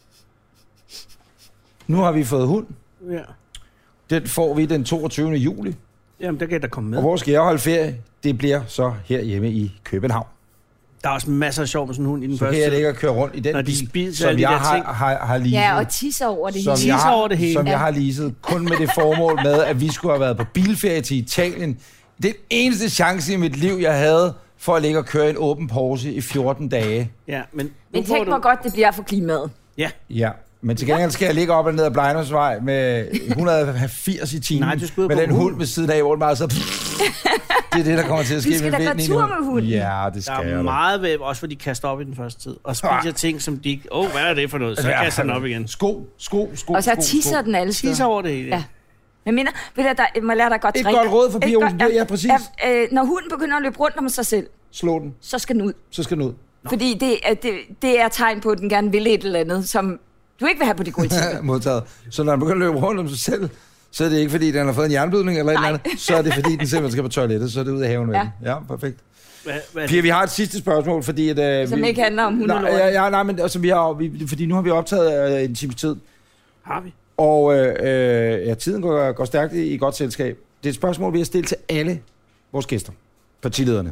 Nu har vi fået hund. Ja. Den får vi den toogtyvende juli. Jamen, der kan jeg da komme med. Og hvor skal jeg holde ferie? Det bliver så herhjemme i København. Der er også masser af sjov med sådan en hund i den så første. Så kan jeg ikke at køre rundt i den når bil, de spiser som jeg har, har, har leaset. Ja, og tisser over det hele. Som, tisser jeg, har, over det hele. som ja. jeg har leaset, kun med det formål med, at vi skulle have været på bilferie til Italien. Det er den eneste chance i mit liv, jeg havde, for at ligge og køre en åben Porsche i fjorten dage. Ja, men men tænk du... hvor godt det bliver for klimaet. Ja. Ja. Men til gengæld skal jeg ligge op og ned ad Blejnomsvej med et hundrede og firs i timen. Nej, du skal ud med på den hund ved siden af, hvor det bare så... Det er det, der kommer til at ske. Du skal da gå tur med hunden. Ja, det skal jeg. Der er jeg meget ved, også fordi de kaster op i den første tid. Og spiser ting, som de ikke... Åh, oh, hvad er det for noget? Så ja, kaster den op igen. Sko, sko, sko, og så sko, tisser sko. den alle steder. Tisser over det hele. Ja. Men mener, ved du, der, må lære dig godt Et træk. godt råd for Pia Olsen. Ja, præcis. Ja, øh, når hunden begynder at løbe rundt om sig selv, slå den. Så skal den ud. Så skal den ud. Nå. Fordi det, det, det er tegn på, at den gerne vil et eller andet, som du ikke vil have på de gode tider. Modtaget. Så når den begynder at løbe rundt om sig selv, så er det ikke, fordi den har fået en jernblødning eller et eller andet. Så er det, fordi den simpelthen skal på toilettet, så er det ud af haven med ja. den. Ja, perfekt. Hvad, hvad Pia, vi har et sidste spørgsmål, fordi... At, uh, som vi, ikke handler om hundelort. Nej, ja, ja, nej, men altså, vi har, vi, fordi nu har vi optaget uh, intimitet. Har vi? Og øh, øh, ja, tiden går, går stærkt i, i godt selskab. Det er et spørgsmål, vi har stillet til alle vores gæster, partilederne.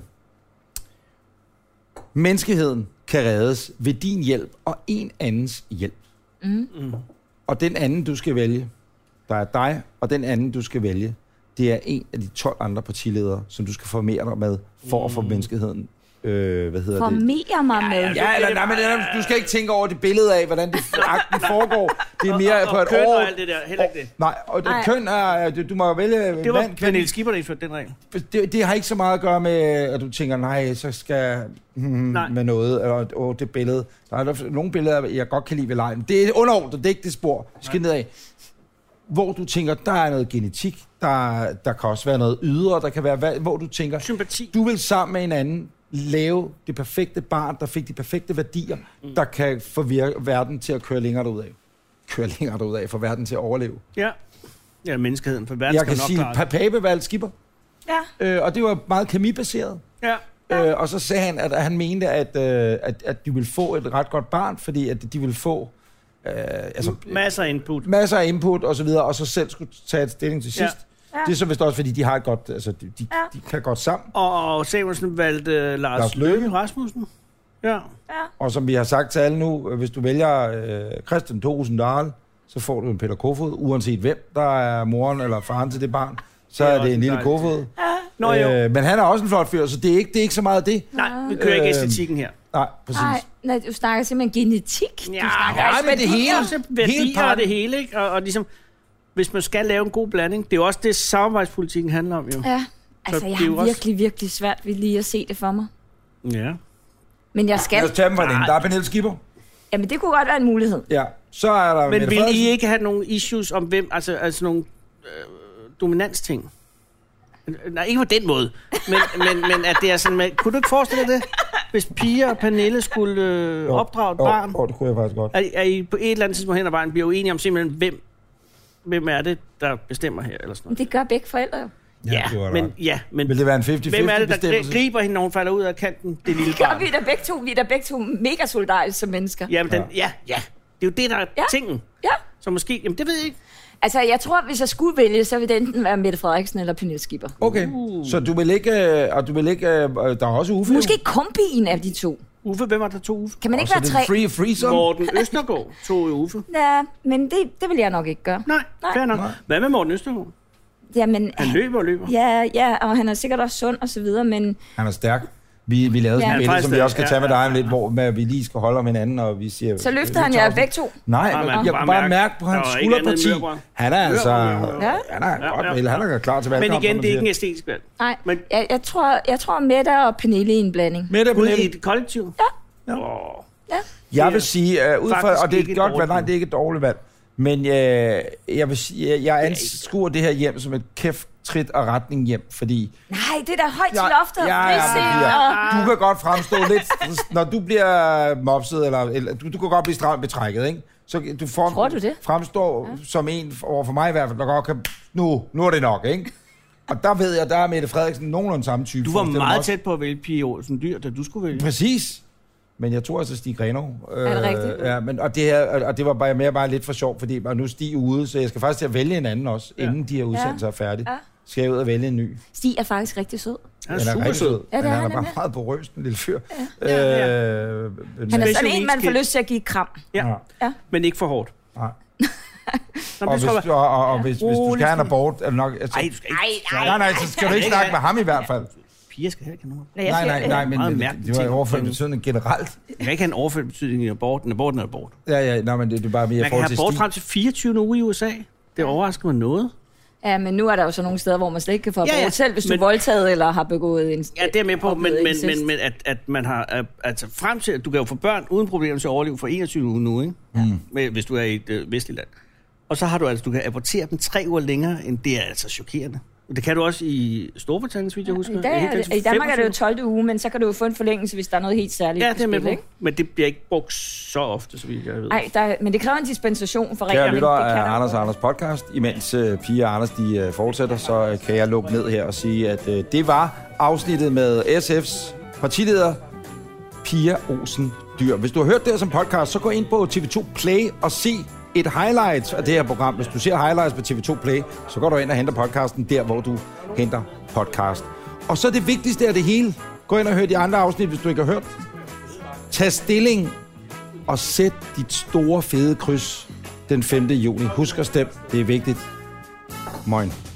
Menneskeheden kan reddes ved din hjælp og en andens hjælp. Mm. Mm. Og den anden, du skal vælge, der er dig, og den anden, du skal vælge, det er en af de tolv andre partiledere, som du skal formere dig med, for at få menneskeheden, øh, hvad hedder formere det? Formere mig med? Ja, ja eller, nej, men du skal ikke tænke over det billede af, hvordan det akten foregår. Det er mere og, og, på et køn år. Og alt det der, heller ikke det. Nej, og det, køn er, du, du må vælge... Det var Pernille Skipper, der indførte den regel. Det, det har ikke så meget at gøre med, at du tænker, nej, så skal hmm, nej. med noget, eller åh, det billede. Der er der, nogle billeder, jeg godt kan lide ved lejen. Det er underordnet, det er ikke det spor. Det skal nedad. Hvor du tænker, der er noget genetik, der, der kan også være noget ydre, der kan være, hvor du tænker... Sympati. Du vil sammen med en anden lave det perfekte barn, der fik de perfekte værdier, mm. der kan få verden til at køre længere derudad. Køre længere derudad, for verden til at overleve. Ja, ja menneskeheden, for verden jeg skal kan nok sige, Pape valgte Skipper. Ja. Øh, og det var meget kemibaseret. Ja. Øh, og så sagde han, at han mente, at, øh, at, at de ville få et ret godt barn, fordi at de ville få øh, altså, masser af input. Masser af input og så videre, og så selv skulle tage et stilling til sidst. Ja. Ja. Det er så vist også, fordi de har et godt, altså de, de, ja. de kan godt sammen. Og Samuelsen valgte uh, Lars, Lars Løkke Rasmussen. Ja. Ja. Og som vi har sagt til alle nu, hvis du vælger øh, Christian Thorsen Dahl, så får du en Peter Kofod, uanset hvem der er moren eller faren til det barn. Så det er, er det en lille Kofod. Ja. Nå, jo. Øh, men han er også en flot fyr, så det er ikke, det er ikke så meget det. Nej, vi kører ikke æstetikken her. Nej, præcis. Nej, nej, du snakker simpelthen genetik. Ja, du snakker ja, men det hele. Værdier og det hele, ikke? Og, og ligesom, hvis man skal lave en god blanding, det er jo også det, samarbejdspolitikken handler om, jo. Ja, altså jeg har virkelig, også... virkelig svært ved lige at se det for mig. Ja. Men jeg skal... Lad os tage dem for den. Der er Pernille Skipper. Jamen, det kunne godt være en mulighed. Ja, så er der... Men vil I ikke have nogle issues om hvem, altså, altså nogle øh, dominansting? Nej, ikke på den måde. Men, men, men at det er sådan med... Kunne du ikke forestille dig det? Hvis Pia og Pernille skulle øh, jo, opdrage et barn? Jo, det kunne jeg faktisk godt. Er, er I på et eller andet tidspunkt hen ad vejen bliver uenige om simpelthen, hvem, hvem er det, der bestemmer her? Eller sådan noget? Det gør begge forældre jo. Ja, ja men, ja, men... Vil det være en halvtreds halvtreds hvem er det, der griber hende, når hun falder ud af kanten? Det lille barn. Gør vi da begge to. Vi er da begge to mega solidariske som mennesker. Jamen, den, ja, ja. Det er jo det, der er ja. tingen. Ja. Så måske... Jamen, det ved jeg ikke. Altså, jeg tror, hvis jeg skulle vælge, så ville det enten være Mette Frederiksen eller Pernille Skipper. Okay, uh. så du vil ikke... Og du vil ikke... Der er også Uffe. Måske kombien af de to. Uffe, hvem var der to Uffe? Kan man ikke være tre? Free, free Morten Østergaard tog Uffe. Ja, men det, det vil jeg nok ikke gøre. Nej, Nej. fair nok. Nej. Hvad med Morten Østergaard? Jamen, han løber og løber. Ja, ja, og han er sikkert også sund og så videre, men... Han er stærk. Vi, vi lavede ja. sådan et billede, som vi også skal tage med dig om lidt, hvor med, vi lige skal holde om hinanden, og vi siger... Så løfter han jer begge to? Nej, jeg, jeg kunne bare mærke på hans skulderparti. Han er altså... Ja. Han er ja, godt, ja, ja. Han er klar til valgkamp. Men igen, det er ikke en æstetisk valg. Nej, men... jeg, jeg, tror, jeg tror Mette og Pernille i en blanding. Mette og Pernille? I et kollektiv? Ja. ja. ja. Jeg vil sige, uh, ud fra, og det er et godt valg, nej, det er ikke et dårligt valg, men uh, jeg vil sige, jeg, jeg anskuer det her hjem som et kæft trit og retning hjem, fordi... Nej, det er da højt til loftet. Ja, ja, ja, du kan godt fremstå lidt, når du bliver mopset, eller, eller du, du kan godt blive stramt betrækket, ikke? Så du får, tror du det? Fremstår ja. som en, over for mig i hvert fald, der godt kan... Nu, nu er det nok, ikke? Og der ved jeg, der er Mette Frederiksen nogenlunde samme type. Du var meget tæt på at vælge Pia Olsen Dyhr, da du skulle vælge. Præcis. Men jeg tror altså Stig Grenov. Er det rigtigt? Ja, men, og, det her, og det var bare mere bare lidt for sjovt, fordi nu er Stig ude, så jeg skal faktisk til at vælge en anden også, ja. inden de her udsendelser ja. er færdige. Ja. Skal jeg ud og vælge en ny. Stig er faktisk rigtig sød. Han er, er super sød. Ja, det er han, han er bare meget porøs, en lille fyr. Ja. Ja, ja. Øh, han er sådan en, man får lyst til at give kram. Ja, ja. Men ikke for hårdt. Nej. Nå, og, hvis, og, og, og hvis, hvis du skal have en abort, er det nok... Altså, ej, du skal ikke... Nej, nej, nej, så skal du ikke snakke med ham i hvert fald. Piger skal heller ikke have noget. Nej, nej, nej, men det, det var en overført betydning generelt. Jeg kan ikke have en overført betydning i aborten. Aborten er abort. Ja, ja, nej, men det, det er bare mere man kan have abort frem til fireogtyvende uge i U S A. Det overrasker mig noget. Ja, men nu er der jo så nogle steder, hvor man slet ikke kan få abort, ja, ja. selv hvis du men, er voldtaget eller har begået en... Ja, det er med på, men, men, men, men at, at man har... Altså frem til, at du kan jo få børn uden problemer til at overleve for enogtyve uger nu, ikke? Mm. Med, hvis du er i et øh, vestligt land. Og så har du altså, du kan abortere dem tre uger længere, end det er altså chokerende. Det kan du også i Storbritannien, hvis jeg husker. I, dag, det, I Danmark er det jo tolvte uge, men så kan du jo få en forlængelse, hvis der er noget helt særligt. Ja, det er med på. Men det bliver ikke brugt så ofte, så vidt jeg ved. Nej, men det kræver en dispensation for reglerne. Kære lytter af Anders og Anders podcast. Imens uh, Pia og Anders de, uh, fortsætter, så uh, kan jeg lukke ned her og sige, at uh, det var afsnittet med S F's partileder, Pia Olsen Dyhr. Hvis du har hørt det her som podcast, så gå ind på T V to Play og se et highlight af det her program. Hvis du ser highlights på T V to Play, så går du ind og henter podcasten der, hvor du henter podcast. Og så det vigtigste af det hele. Gå ind og hør de andre afsnit, hvis du ikke har hørt. Tag stilling og sæt dit store fede kryds den femte juni. Husk at stemme. Det er vigtigt. Moin.